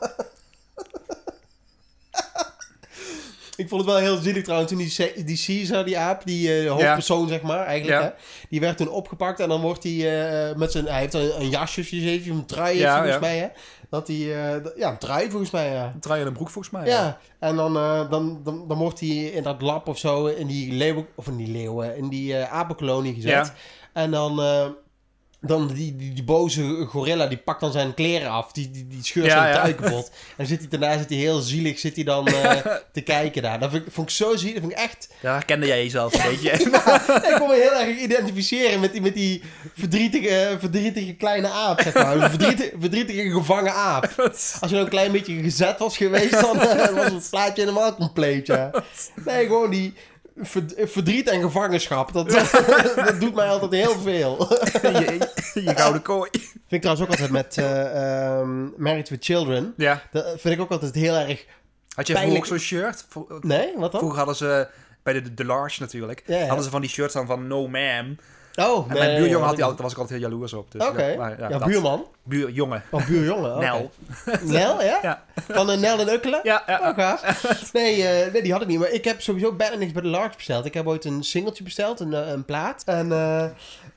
Ik vond het wel heel zielig trouwens toen die, die Caesar, die aap, die uh, hoofdpersoon ja. zeg maar, eigenlijk, ja. hè, die werd toen opgepakt en dan wordt hij uh, met zijn, hij heeft een, een jasje, heeft een trui ja, volgens ja. mij, hè. Dat hij, uh, ja, een trui volgens mij, ja. Een trui en een broek volgens mij, ja. ja. En dan, uh, dan, dan, dan wordt hij in dat lab of zo, in die leeuwen, of in die leeuwen, in die uh, apenkolonie gezet. Ja. En dan... Uh, Dan die, die, die boze gorilla, die pakt dan zijn kleren af. Die, die, die scheurt ja, zijn trui ja. kapot. En zit hij, daarna zit hij heel zielig zit hij dan uh, te kijken daar. Dat vond ik, vond ik zo zielig. Dat vond ik echt... Ja, herkende jij jezelf een beetje. Ja, ik kon me heel erg identificeren met die, met die verdrietige, verdrietige kleine aap, zeg maar. Een verdrietige, verdrietige gevangen aap. Als je nou een klein beetje gezet was geweest, dan uh, was het plaatje helemaal compleet, ja. Nee, gewoon die... Verdriet en gevangenschap, dat, dat doet mij altijd heel veel. je, je gouden kooi. Vind ik trouwens ook altijd met uh, um, Married with Children. Ja. Dat vind ik ook altijd heel erg Had je vroeger ook zo'n shirt? Nee, wat dan? Vroeger hadden ze, bij de, de Large natuurlijk, ja, ja. hadden ze van die shirts dan van No Ma'am. Oh, en nee, mijn buurjongen had die nee, altijd, was ik altijd heel jaloers op. Dus Oké, okay. ja, ja, ja buurman? Buurjongen. Oh, buurjongen, okay. Nel. Nel, ja? ja. Van uh, Nel en Ukkelen? Ja, ja. Oh, gaaf. Nee, uh, nee, die had ik niet. Maar ik heb sowieso bijna niks bij de Large besteld. Ik heb ooit een singeltje besteld, een, uh, een plaat. En, uh,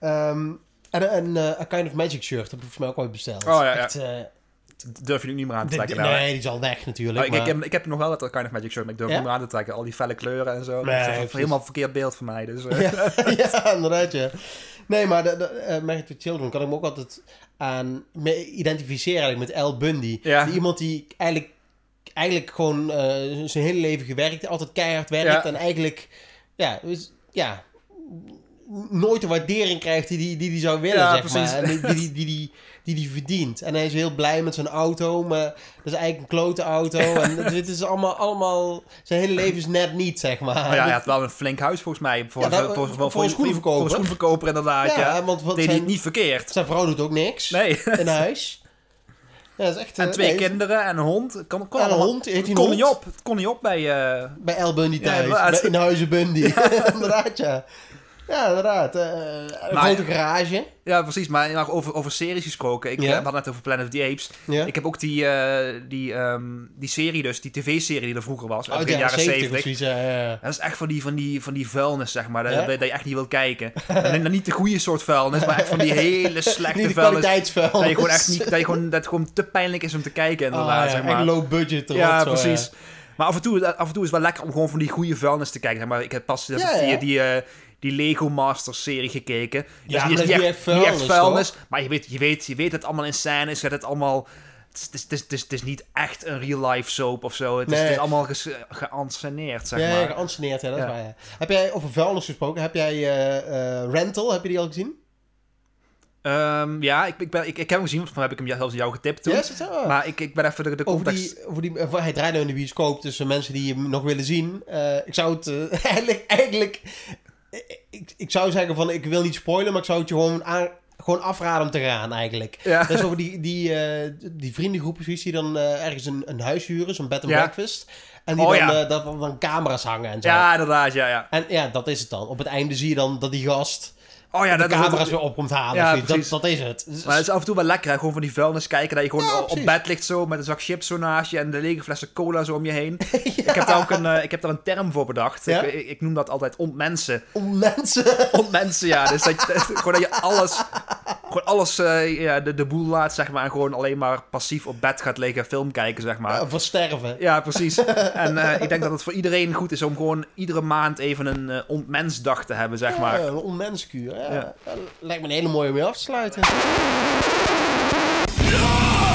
um, en een uh, A Kind of Magic shirt heb ik volgens mij ook ooit besteld. Oh, ja, ja. Echt, uh, durf je nu niet meer aan te trekken. De, de, nee, die is al weg natuurlijk. Oh, maar... ik, ik, heb, ik heb nog wel dat Kind of Magic shirt, maar ik durf ja? niet meer aan te trekken. Al die felle kleuren en zo. Nee, dat is een helemaal verkeerd beeld voor mij. Dus, uh. ja, ja, inderdaad, ja. Nee, maar de, de, uh, Married with Children kan ik me ook altijd aan me identificeren eigenlijk met Al Bundy. Ja. Die iemand die eigenlijk, eigenlijk gewoon uh, zijn hele leven gewerkt, altijd keihard werkt ja. en eigenlijk, ja, dus, ja, nooit de waardering krijgt die die, die, die zou willen, ja, zeg precies. maar. En die, die, die, die, die, die die verdient. En hij is heel blij met zijn auto, maar dat is eigenlijk een klote auto. En dit is allemaal, allemaal... Zijn hele leven is net niet, zeg maar. Oh ja, hij had wel een flink huis volgens mij. Voor, ja, dat, voor, voor, voor, voor een schoenverkoper. Voor een schoenverkoper inderdaad, ja. ja. Want, want deed zijn, hij niet verkeerd. Zijn vrouw doet ook niks nee. in huis. Ja, dat is echt, en twee nee, kinderen en een hond. Kon, kon en een hond. Het kon, kon niet op. Het kon niet op bij... Uh... Bij Al Bundy thuis. Ja, bij, in Huizen Bundy. Ja. Inderdaad, ja. Ja, inderdaad. Uh, een maar, grote garage. Ja, precies. Maar over, over series gesproken. Ik ja. had het net over Planet of the Apes. Ja. Ik heb ook die, uh, die, um, die serie dus, die tv-serie die er vroeger was. Uit de oh, jaren zeventig. Ja, ja. Dat is echt van die, van die, van die vuilnis, zeg maar. Dat, ja? dat je echt niet wil kijken. En niet de goede soort vuilnis, maar echt van die hele slechte niet de vuilnis. kwaliteitsvuilnis. Dat je gewoon echt niet, dat je gewoon, dat het gewoon te pijnlijk is om te kijken, inderdaad. Oh, ja. zeg maar. En low budget. Ja, zo, precies. Ja. Maar af en, toe, af en toe is het wel lekker om gewoon van die goede vuilnis te kijken. Zeg maar ik heb pas ja, die... ja. die uh, die Lego Masters serie gekeken. Dus ja, die is niet echt, echt vuilnis, niet echt vuilnis maar je weet, je, weet, je weet het allemaal in scène is. Het allemaal... Het is, het, is, het, is, het is niet echt een real-life soap of zo. Het, nee. is, het is allemaal ge, geanceneerd, zeg ja, maar. Ja, geanceneerd, ja, dat ja. is waar, ja. Heb jij over vuilnis gesproken? Heb jij uh, uh, Rental, heb je die al gezien? Um, ja, ik, ik, ben, ik, ik heb hem gezien. Volgens mij heb ik hem zelfs jou getipt toen. Ja, is het zo? Maar ik, ik ben even de, de context... Over die, over die, over, hij draait nu in de bioscoop, dus mensen die hem nog willen zien. Uh, ik zou het uh, eigenlijk... eigenlijk Ik, ik zou zeggen van, ik wil niet spoilen, maar ik zou het je gewoon, aan, gewoon afraden om te gaan eigenlijk. Ja. Dat is over die, die, uh, die vriendengroep die dan uh, ergens een, een huis huren, zo'n bed and ja. breakfast. En die oh, dan, ja. uh, dat dan, dan camera's hangen en zo. Ja, inderdaad, ja, ja. En ja, dat is het dan. Op het einde zie je dan dat die gast... Oh ja, de dat camera's is weer op komt halen. Ja, dat, dat is het. Maar het is af en toe wel lekker, hè? Gewoon van die vuilnis kijken. Dat je gewoon ja, op bed ligt zo met een zak chips zo naast je en de lege flessen cola zo om je heen. ja. Ik heb daar ook een, uh, ik heb daar een term voor bedacht. Ja? Ik, ik, ik noem dat altijd ontmensen. Ontmensen? Ontmensen, ja. Dus dat, dat, gewoon dat je alles, gewoon alles uh, ja, de, de boel laat, zeg maar. En gewoon alleen maar passief op bed gaat liggen, film kijken, zeg maar. Ja, versterven. Ja, precies. En uh, ik denk dat het voor iedereen goed is om gewoon iedere maand even een uh, ontmensdag te hebben, zeg maar. Ja, een ontmenskuur, ja. ja. Lijkt me een hele mooie om mee af te sluiten.